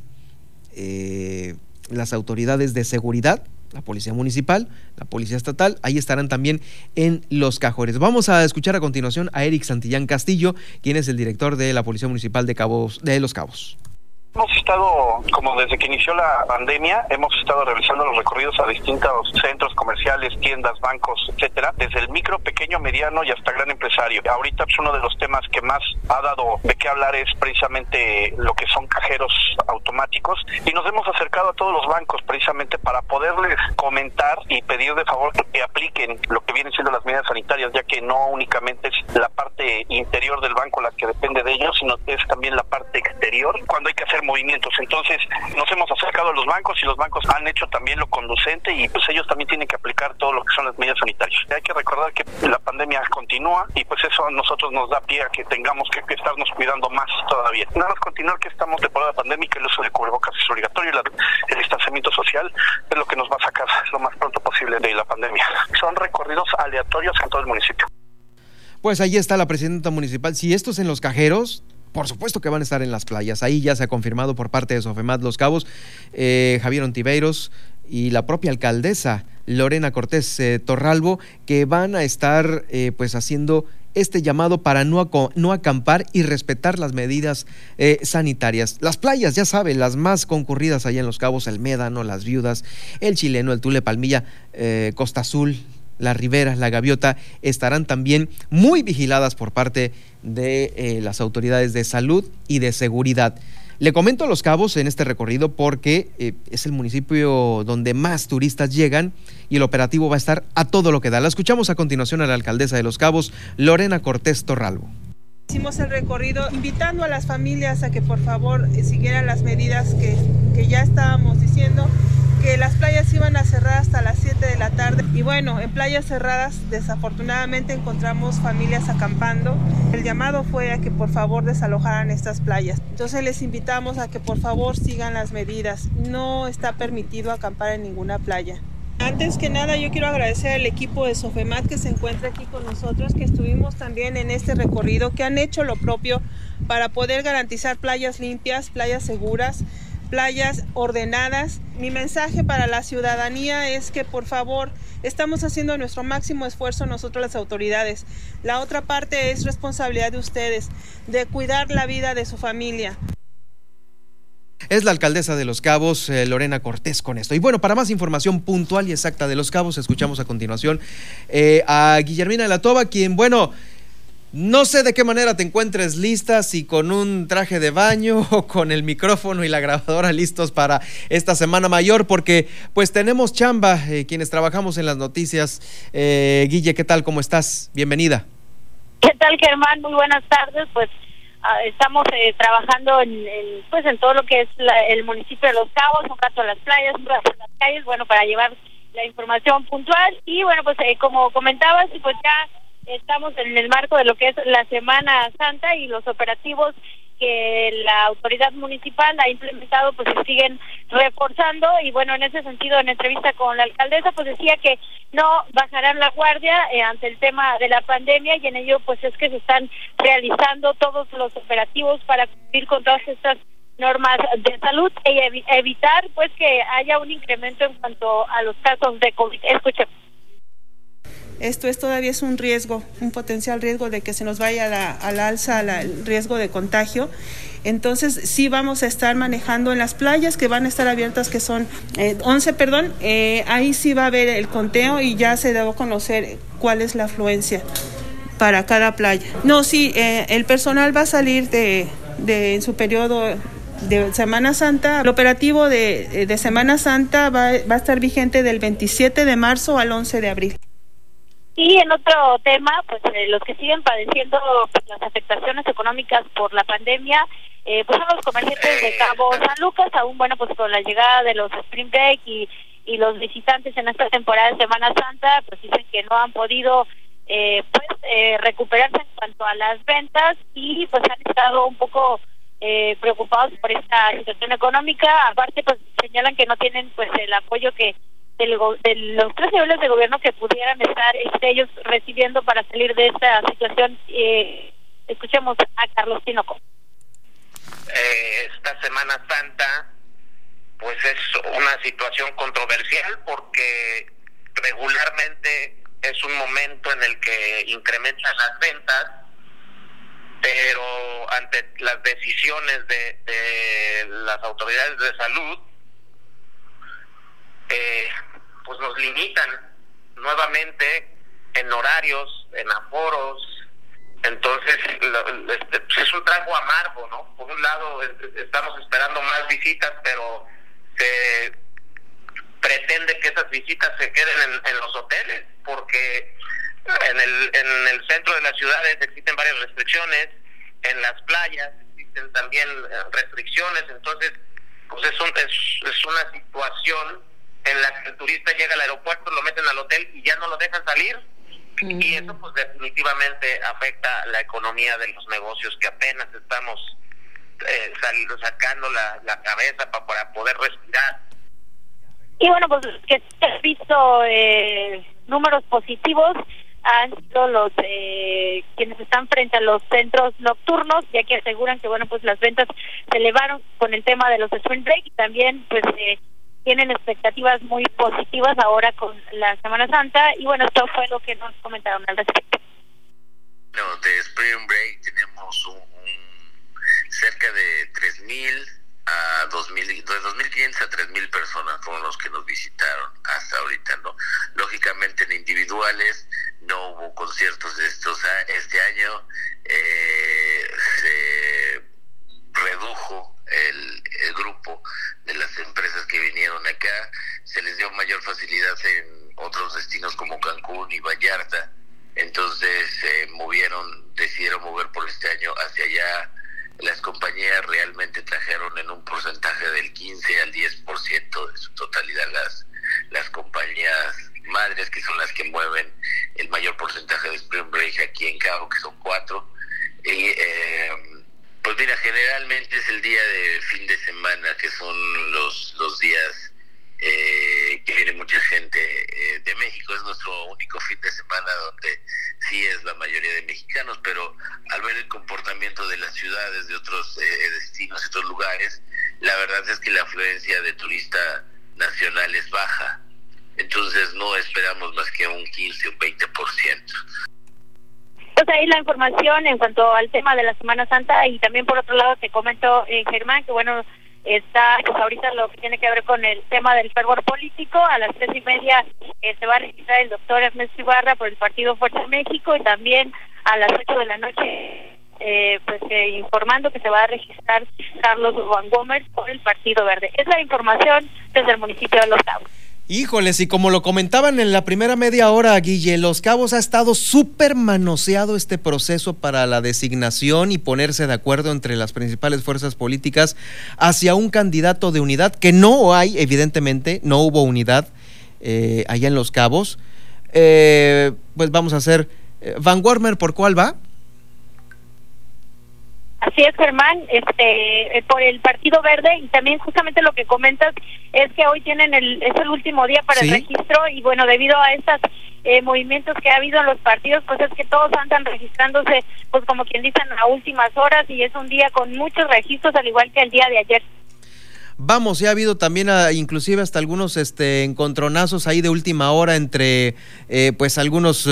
de seguridad, la Policía Municipal, la Policía Estatal. Ahí estarán también en los cajones. Vamos a escuchar a continuación a Eric Santillán Castillo, quien es el director de la Policía Municipal de Los Cabos. Hemos estado, como desde que inició la pandemia, hemos estado realizando los recorridos a distintos centros comerciales, tiendas, bancos, etcétera, desde el micro, pequeño, mediano y hasta gran empresario. Ahorita pues, uno de los temas que más ha dado de qué hablar es precisamente lo que son cajeros automáticos, y nos hemos acercado a todos los bancos precisamente para poderles comentar y pedir de favor que apliquen lo que vienen siendo las medidas sanitarias, ya que no únicamente es la parte interior del banco la que depende de ellos, sino que es también la parte exterior cuando hay que hacer movimientos. Entonces nos hemos acercado a los bancos y los bancos han hecho también lo conducente, y pues ellos también tienen que aplicar todo lo que son las medidas sanitarias. Hay que recordar que la pandemia continúa y pues eso a nosotros nos da pie a que tengamos que estarnos cuidando más todavía. Nada más continuar que estamos de temporada pandémica, el uso de cubrebocas es obligatorio, el distanciamiento social es lo que nos va a sacar lo más pronto posible de la pandemia. Son recorridos aleatorios en todo el municipio. Pues ahí está la presidenta municipal. Si esto es en los cajeros, por supuesto que van a estar en las playas. Ahí ya se ha confirmado por parte de Sofemat Los Cabos, Javier Ontiveros y la propia alcaldesa Lorena Cortés Torralbo, que van a estar pues haciendo este llamado para no acampar y respetar las medidas sanitarias. Las playas, ya saben, las más concurridas allá en Los Cabos, el Médano, las Viudas, el Chileno, el Tule, Palmilla, Costa Azul, la Ribera, la Gaviota, estarán también muy vigiladas por parte de las autoridades de salud y de seguridad. Le comento a Los Cabos en este recorrido porque es el municipio donde más turistas llegan y el operativo va a estar a todo lo que da. La escuchamos a continuación a la alcaldesa de Los Cabos, Lorena Cortés Torralbo. Hicimos el recorrido invitando a las familias a que por favor siguieran las medidas que ya estábamos diciendo, que las playas iban a cerrar hasta las 7 de la tarde. Y bueno, en playas cerradas desafortunadamente encontramos familias acampando. El llamado fue a que por favor desalojaran estas playas. Entonces les invitamos a que por favor sigan las medidas. No está permitido acampar en ninguna playa. Antes que nada, yo quiero agradecer al equipo de Sofemat que se encuentra aquí con nosotros, que estuvimos también en este recorrido, que han hecho lo propio para poder garantizar playas limpias, playas seguras, playas ordenadas. Mi mensaje para la ciudadanía es que, por favor, estamos haciendo nuestro máximo esfuerzo nosotros las autoridades. La otra parte es responsabilidad de ustedes, de cuidar la vida de su familia. Es la alcaldesa de Los Cabos, Lorena Cortés, con esto. Y bueno, para más información puntual y exacta de Los Cabos, escuchamos a continuación a Guillermina de la Toba, quien, bueno, no sé de qué manera te encuentres lista, si con un traje de baño o con el micrófono y la grabadora listos para esta Semana Mayor, porque pues tenemos chamba, quienes trabajamos en las noticias. Guille, ¿qué tal? ¿Cómo estás? Bienvenida. ¿Qué tal, Germán? Muy buenas tardes. Pues estamos trabajando en todo lo que es el municipio de Los Cabos, un rato en las playas, un rato en las calles, bueno, para llevar la información puntual. Y bueno, pues como comentabas, pues ya estamos en el marco de lo que es la Semana Santa y los operativos que la autoridad municipal ha implementado, pues se siguen reforzando. Y bueno, en ese sentido, en entrevista con la alcaldesa, pues decía que no bajarán la guardia ante el tema de la pandemia, y en ello pues es que se están realizando todos los operativos para cumplir con todas estas normas de salud y evitar pues que haya un incremento en cuanto a los casos de COVID. Escuchemos. Esto todavía es un riesgo, un potencial riesgo de que se nos vaya a la alza el riesgo de contagio. Entonces sí vamos a estar manejando en las playas que van a estar abiertas, que son 11, ahí sí va a haber el conteo y ya se debe conocer cuál es la afluencia para cada playa. No, sí, el personal va a salir en su periodo de Semana Santa. El operativo de Semana Santa va a estar vigente del 27 de marzo al 11 de abril. Y en otro tema, pues los que siguen padeciendo pues, las afectaciones económicas por la pandemia, pues son los comerciantes de Cabo San Lucas. Aún, bueno, pues con la llegada de los Spring Break y los visitantes en esta temporada de Semana Santa, pues dicen que no han podido recuperarse en cuanto a las ventas, y pues han estado un poco preocupados por esta situación económica. Aparte, pues señalan que no tienen pues el apoyo que de los tres niveles de gobierno que pudieran estar ellos recibiendo para salir de esta situación. Escuchemos a Carlos Tinoco. Esta Semana Santa pues es una situación controversial, porque regularmente es un momento en el que incrementan las ventas, pero ante las decisiones de las autoridades de salud, pues nos limitan nuevamente en horarios, en aforos. Entonces es un trago amargo, ¿no? Por un lado estamos esperando más visitas, pero se pretende que esas visitas se queden en los hoteles, porque en el centro de las ciudades existen varias restricciones, en las playas existen también restricciones. Entonces pues es una situación en la que el turista llega al aeropuerto, lo meten al hotel y ya no lo dejan salir. Y eso pues definitivamente afecta la economía de los negocios, que apenas estamos sacando la cabeza para poder respirar. Y bueno, pues que se han visto números positivos han sido los quienes están frente a los centros nocturnos, ya que aseguran que bueno, pues las ventas se elevaron con el tema de los Spring Break, y también pues tienen expectativas muy positivas ahora con la Semana Santa. Y bueno, esto fue lo que nos comentaron al respecto. No, de Spring Break tenemos cerca de 3,000 a 2,000, de 2,500 a 3,000 personas fueron los que nos visitaron hasta ahorita, ¿no? Lógicamente en individuales no hubo conciertos de estos. Este año se redujo el grupo de las empresas que vinieron acá, se les dio mayor facilidad en otros destinos como Cancún y Vallarta. Entonces decidieron mover por este año hacia allá. Las compañías realmente trajeron en un porcentaje del 15 al 10% de su totalidad las compañías madres, que son las que mueven el mayor porcentaje de Spring Break aquí en Cabo, que son 4. Y pues mira, generalmente es el día de fin de semana, que son los días que viene mucha gente esperanza es que la afluencia de turista nacional es baja. Entonces no esperamos más que un 15 o 20%. Pues ahí la información en cuanto al tema de la Semana Santa. Y también por otro lado te comento, Germán, que bueno, está pues ahorita lo que tiene que ver con el tema del fervor político. A las 3:30 se va a registrar el doctor Ernesto Ibarra por el Partido Fuerza México, y también a las 8 de la noche informando que se va a registrar Carlos Van Gomer por el Partido Verde. Es la información desde el municipio de Los Cabos. Híjoles, y como lo comentaban en la primera media hora, Guille, Los Cabos ha estado súper manoseado este proceso para la designación y ponerse de acuerdo entre las principales fuerzas políticas hacia un candidato de unidad, que no hay, evidentemente, no hubo unidad allá en Los Cabos. Pues vamos a hacer, Van Gomer, ¿por cuál va? Así es, Germán, por el Partido Verde. Y también justamente lo que comentas es que hoy tienen es el último día para el registro, y bueno, debido a estos movimientos que ha habido en los partidos, pues es que todos andan registrándose, pues como quien dicen, a últimas horas, y es un día con muchos registros, al igual que el día de ayer. Vamos, ya ha habido también inclusive hasta algunos encontronazos ahí de última hora entre pues algunos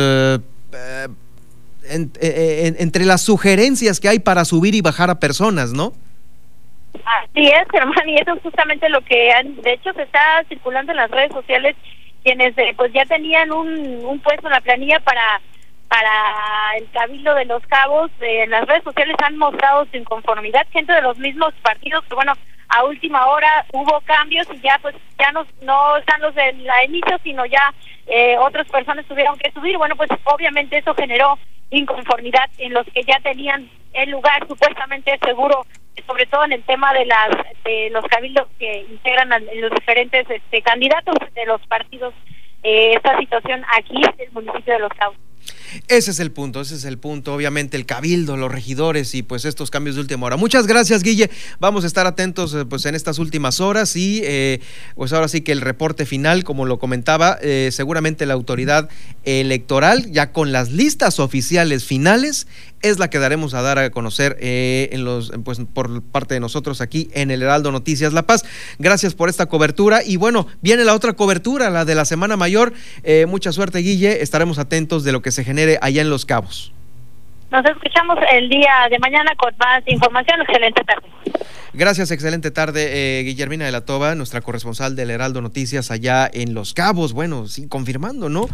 entre las sugerencias que hay para subir y bajar a personas, ¿no? Así es, Germán, y eso es justamente lo que de hecho se está circulando en las redes sociales, quienes pues ya tenían un puesto en la planilla para el Cabildo de Los Cabos. En las redes sociales han mostrado su inconformidad, gente de los mismos partidos, que bueno, a última hora hubo cambios y ya pues ya no están los de la inicio, sino ya otras personas tuvieron que subir. Bueno, pues obviamente eso generó inconformidad en los que ya tenían el lugar supuestamente seguro, sobre todo en el tema de los cabildos que integran los diferentes candidatos de los partidos. Esta situación aquí en el municipio de Los Cabos. Ese es el punto, obviamente el cabildo, los regidores y pues estos cambios de última hora. Muchas gracias, Guille, vamos a estar atentos pues en estas últimas horas y pues ahora sí que el reporte final, como lo comentaba, seguramente la autoridad electoral ya con las listas oficiales finales es la que daremos a dar a conocer pues por parte de nosotros aquí en el Heraldo Noticias La Paz. Gracias por esta cobertura y bueno, viene la otra cobertura, la de la Semana Mayor. Mucha suerte, Guille, estaremos atentos de lo que se genere allá en Los Cabos. Nos escuchamos el día de mañana con más información. Excelente tarde. Gracias, excelente tarde, Guillermina de la Toba, nuestra corresponsal del Heraldo Noticias allá en Los Cabos. Bueno, sí, confirmando, ¿no?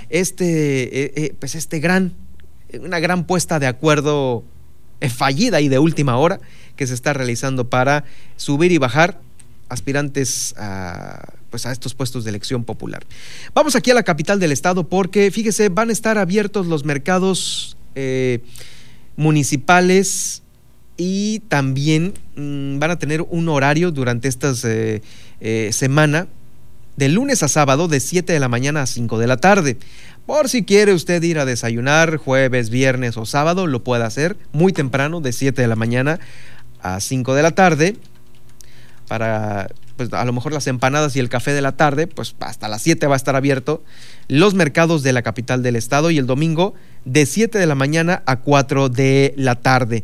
Una gran puesta de acuerdo fallida y de última hora que se está realizando para subir y bajar aspirantes a estos puestos de elección popular. Vamos aquí a la capital del estado porque, fíjese, van a estar abiertos los mercados municipales y también van a tener un horario durante esta semana de lunes a sábado de 7 de la mañana a 5 de la tarde. Por si quiere usted ir a desayunar jueves, viernes o sábado, lo puede hacer muy temprano, de 7 de la mañana a 5 de la tarde, para pues a lo mejor las empanadas y el café de la tarde, pues hasta las 7 va a estar abierto los mercados de la capital del estado, y el domingo de 7 de la mañana a 4 de la tarde.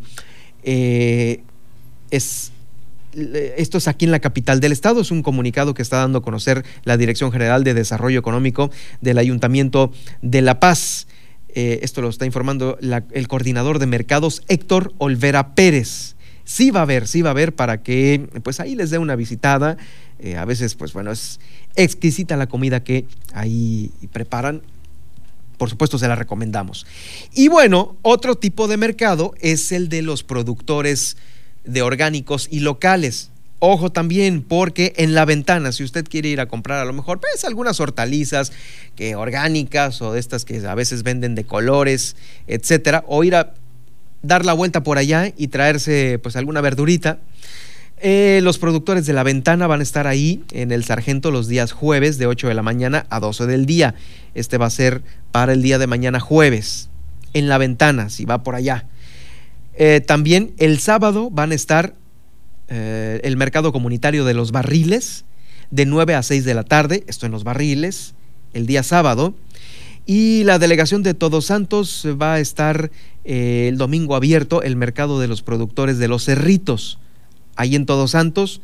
Esto es aquí en la capital del estado, es un comunicado que está dando a conocer la Dirección General de Desarrollo Económico del Ayuntamiento de La Paz. Esto lo está informando el coordinador de mercados, Héctor Olvera Pérez. Sí va a haber para que pues ahí les dé una visitada. A veces pues bueno, es exquisita la comida que ahí preparan. Por supuesto se la recomendamos. Y bueno, otro tipo de mercado es el de los productores de orgánicos y locales. Ojo también, porque en La Ventana, si usted quiere ir a comprar a lo mejor pues algunas hortalizas orgánicas o de estas que a veces venden de colores, etcétera, o ir a dar la vuelta por allá y traerse pues alguna verdurita, los productores de La Ventana van a estar ahí en el Sargento los días jueves de 8 de la mañana a 12 del día. Este va a ser para el día de mañana jueves en La Ventana, si va por allá. También el sábado van a estar el mercado comunitario de Los Barriles de 9 a 6 de la tarde, esto en Los Barriles, el día sábado. Y la delegación de Todos Santos va a estar el domingo abierto el mercado de los productores de Los Cerritos, ahí en Todos Santos,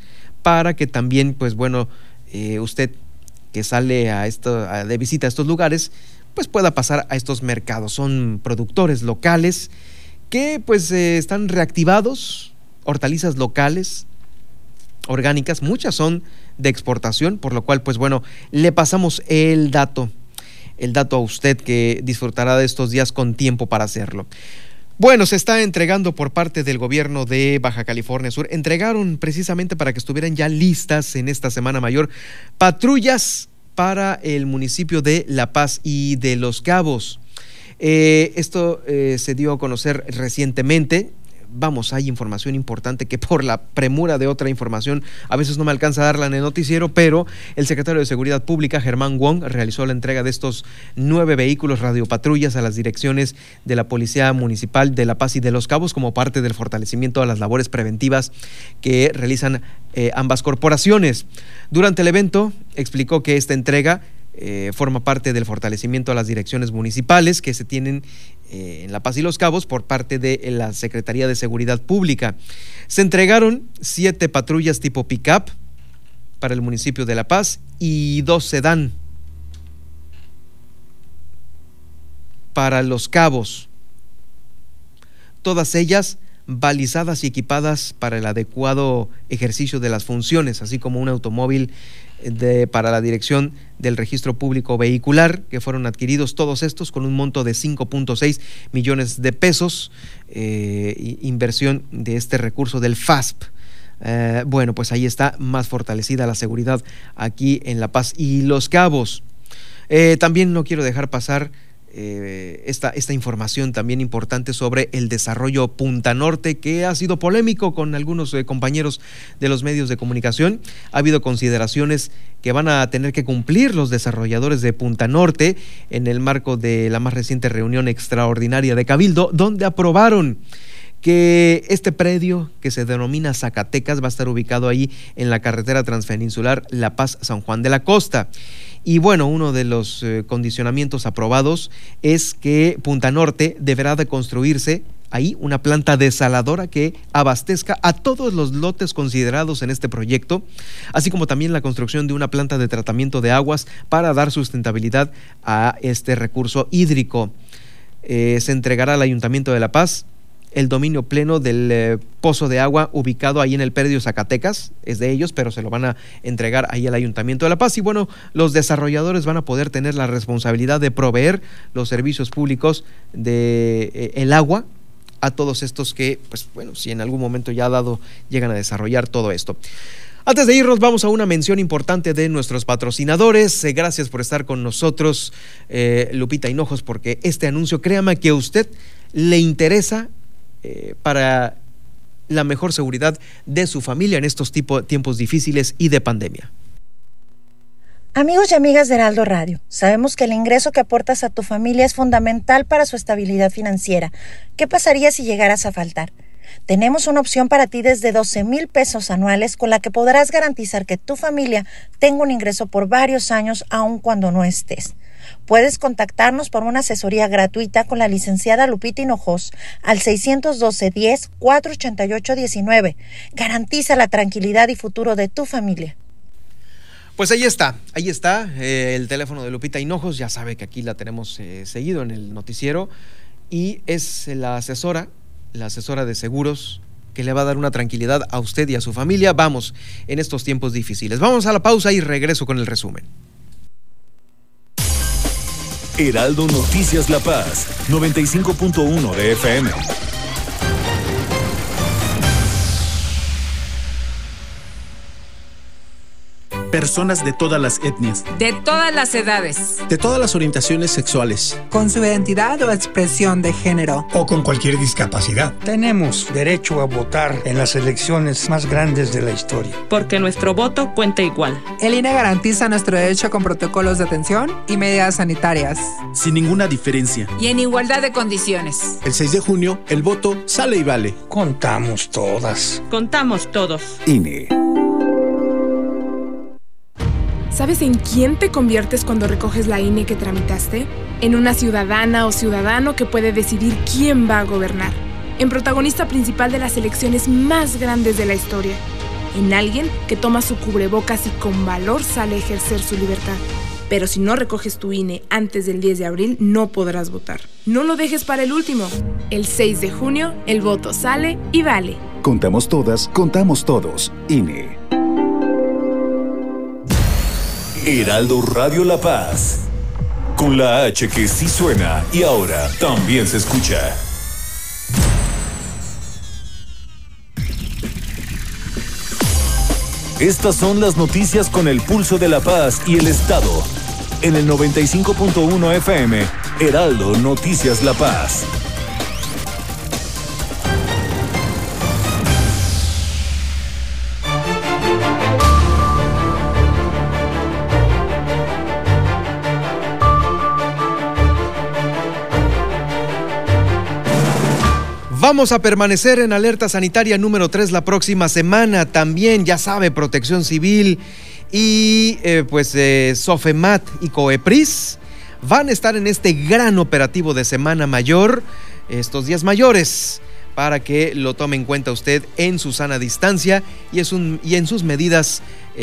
para que también, pues bueno, usted que sale de visita a estos lugares, pues pueda pasar a estos mercados. Son productores locales que pues están reactivados, hortalizas locales, orgánicas, muchas son de exportación, por lo cual pues bueno, le pasamos el dato a usted que disfrutará de estos días con tiempo para hacerlo. Bueno, se está entregando por parte del gobierno de Baja California Sur, entregaron precisamente para que estuvieran ya listas en esta Semana Mayor patrullas para el municipio de La Paz y de Los Cabos. Esto se dio a conocer recientemente. Vamos, hay información importante que por la premura de otra información a veces no me alcanza a darla en el noticiero, pero el secretario de Seguridad Pública, Germán Wong, realizó la entrega de estos 9 vehículos radiopatrullas a las direcciones de la Policía Municipal de La Paz y de Los Cabos como parte del fortalecimiento de las labores preventivas que realizan ambas corporaciones. Durante el evento explicó que esta entrega forma parte del fortalecimiento a las direcciones municipales que se tienen en La Paz y Los Cabos por parte de la Secretaría de Seguridad Pública. Se entregaron 7 patrullas tipo pick-up para el municipio de La Paz y 2 sedán para Los Cabos, todas ellas balizadas y equipadas para el adecuado ejercicio de las funciones, así como un automóvil para la dirección del registro público vehicular, que fueron adquiridos todos estos con un monto de 5.6 millones de pesos, inversión de este recurso del FASP. Bueno, pues ahí está más fortalecida la seguridad aquí en La Paz y Los Cabos. También no quiero dejar pasar esta información también importante sobre el desarrollo Punta Norte, que ha sido polémico con algunos compañeros de los medios de comunicación. Ha habido consideraciones que van a tener que cumplir los desarrolladores de Punta Norte en el marco de la más reciente reunión extraordinaria de Cabildo, donde aprobaron que este predio que se denomina Zacatecas va a estar ubicado ahí en la carretera transpeninsular La Paz-San Juan de la Costa. Y bueno, uno de los condicionamientos aprobados es que Punta Norte deberá de construirse ahí una planta desaladora que abastezca a todos los lotes considerados en este proyecto, así como también la construcción de una planta de tratamiento de aguas para dar sustentabilidad a este recurso hídrico. Se entregará al Ayuntamiento de La Paz el dominio pleno del pozo de agua ubicado ahí en el predio Zacatecas, es de ellos, pero se lo van a entregar ahí al Ayuntamiento de La Paz. Y bueno, los desarrolladores van a poder tener la responsabilidad de proveer los servicios públicos de el agua a todos estos que, pues bueno, si en algún momento ya dado llegan a desarrollar todo esto. Antes de irnos, vamos a una mención importante de nuestros patrocinadores. Gracias por estar con nosotros, Lupita Hinojos, porque este anuncio, créame que a usted le interesa para la mejor seguridad de su familia en estos tiempos difíciles y de pandemia. Amigos y amigas de Heraldo Radio, sabemos que el ingreso que aportas a tu familia es fundamental para su estabilidad financiera. ¿Qué pasaría si llegaras a faltar? Tenemos una opción para ti desde 12,000 pesos anuales con la que podrás garantizar que tu familia tenga un ingreso por varios años aun cuando no estés. Puedes contactarnos por una asesoría gratuita con la licenciada Lupita Hinojos al 612-10-488-19. Garantiza la tranquilidad y futuro de tu familia. Pues ahí está el teléfono de Lupita Hinojos. Ya sabe que aquí la tenemos seguido en el noticiero y es la asesora de seguros que le va a dar una tranquilidad a usted y a su familia. Vamos, en estos tiempos difíciles. Vamos a la pausa y regreso con el resumen. Heraldo Noticias La Paz, 95.1 de FM. Personas de todas las etnias, de todas las edades, de todas las orientaciones sexuales, con su identidad o expresión de género, o con cualquier discapacidad. Tenemos derecho a votar en las elecciones más grandes de la historia. Porque nuestro voto cuenta igual. El INE garantiza nuestro derecho con protocolos de atención y medidas sanitarias. Sin ninguna diferencia. Y en igualdad de condiciones. El 6 de junio, el voto sale y vale. Contamos todas. Contamos todos. INE. ¿Sabes en quién te conviertes cuando recoges la INE que tramitaste? En una ciudadana o ciudadano que puede decidir quién va a gobernar. En protagonista principal de las elecciones más grandes de la historia. en alguien que toma su cubrebocas y con valor sale a ejercer su libertad. Pero si no recoges tu INE antes del 10 de abril, no podrás votar. No lo dejes para el último. El 6 de junio, el voto sale y vale. Contamos todas, contamos todos. INE. Heraldo Radio La Paz. Con la H que sí suena y ahora también se escucha. Estas son las noticias con el pulso de La Paz y el Estado. En el 95.1 FM, Heraldo Noticias La Paz. Vamos a permanecer en alerta sanitaria número 3 la próxima semana. También, ya sabe, Protección Civil y Sofemat y Coepris van a estar en este gran operativo de Semana Mayor, estos días mayores, para que lo tome en cuenta usted en su sana distancia y en sus medidas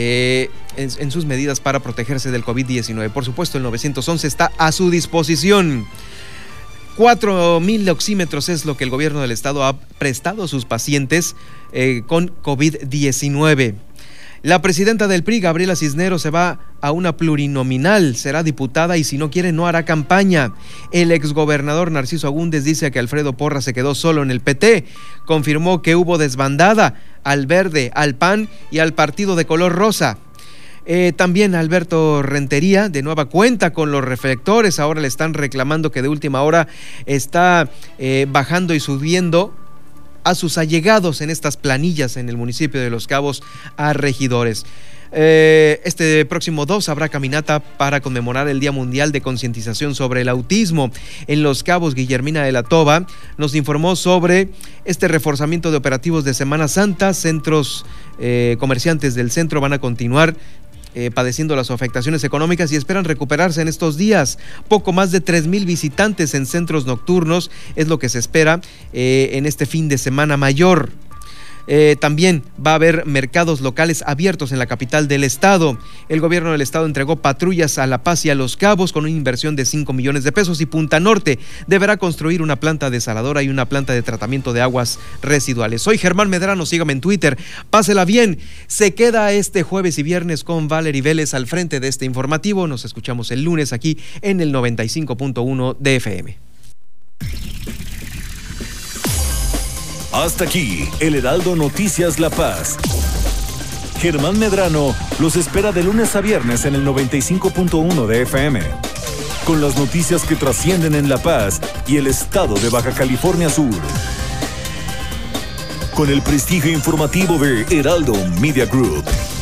para protegerse del COVID-19. Por supuesto, el 911 está a su disposición. 4,000 oxímetros es lo que el gobierno del estado ha prestado a sus pacientes con COVID-19. La presidenta del PRI, Gabriela Cisneros, se va a una plurinominal, será diputada y si no quiere no hará campaña. El exgobernador Narciso Agúndez dice que Alfredo Porras se quedó solo en el PT. Confirmó que hubo desbandada al Verde, al PAN y al partido de color rosa. También Alberto Rentería de nueva cuenta con los reflectores. Ahora le están reclamando que de última hora está bajando y subiendo a sus allegados en estas planillas en el municipio de Los Cabos a regidores. Este próximo 2 habrá caminata para conmemorar el Día Mundial de Concientización sobre el Autismo. En Los Cabos, Guillermina de la Toba nos informó sobre este reforzamiento de operativos de Semana Santa. Centros comerciantes del centro van a continuar padeciendo las afectaciones económicas y esperan recuperarse en estos días. Poco más de 3,000 visitantes en centros nocturnos es lo que se espera en este fin de semana mayor. También va a haber mercados locales abiertos en la capital del estado. El gobierno del estado entregó patrullas a La Paz y a Los Cabos con una inversión de 5 millones de pesos y Punta Norte deberá construir una planta desaladora y una planta de tratamiento de aguas residuales. Soy Germán Medrano, sígame en Twitter, pásela bien. Se queda este jueves y viernes con Valerie Vélez al frente de este informativo. Nos escuchamos el lunes aquí en el 95.1 de FM. Hasta aquí, el Heraldo Noticias La Paz. Germán Medrano los espera de lunes a viernes en el 95.1 de FM. Con las noticias que trascienden en La Paz y el estado de Baja California Sur. Con el prestigio informativo de Heraldo Media Group.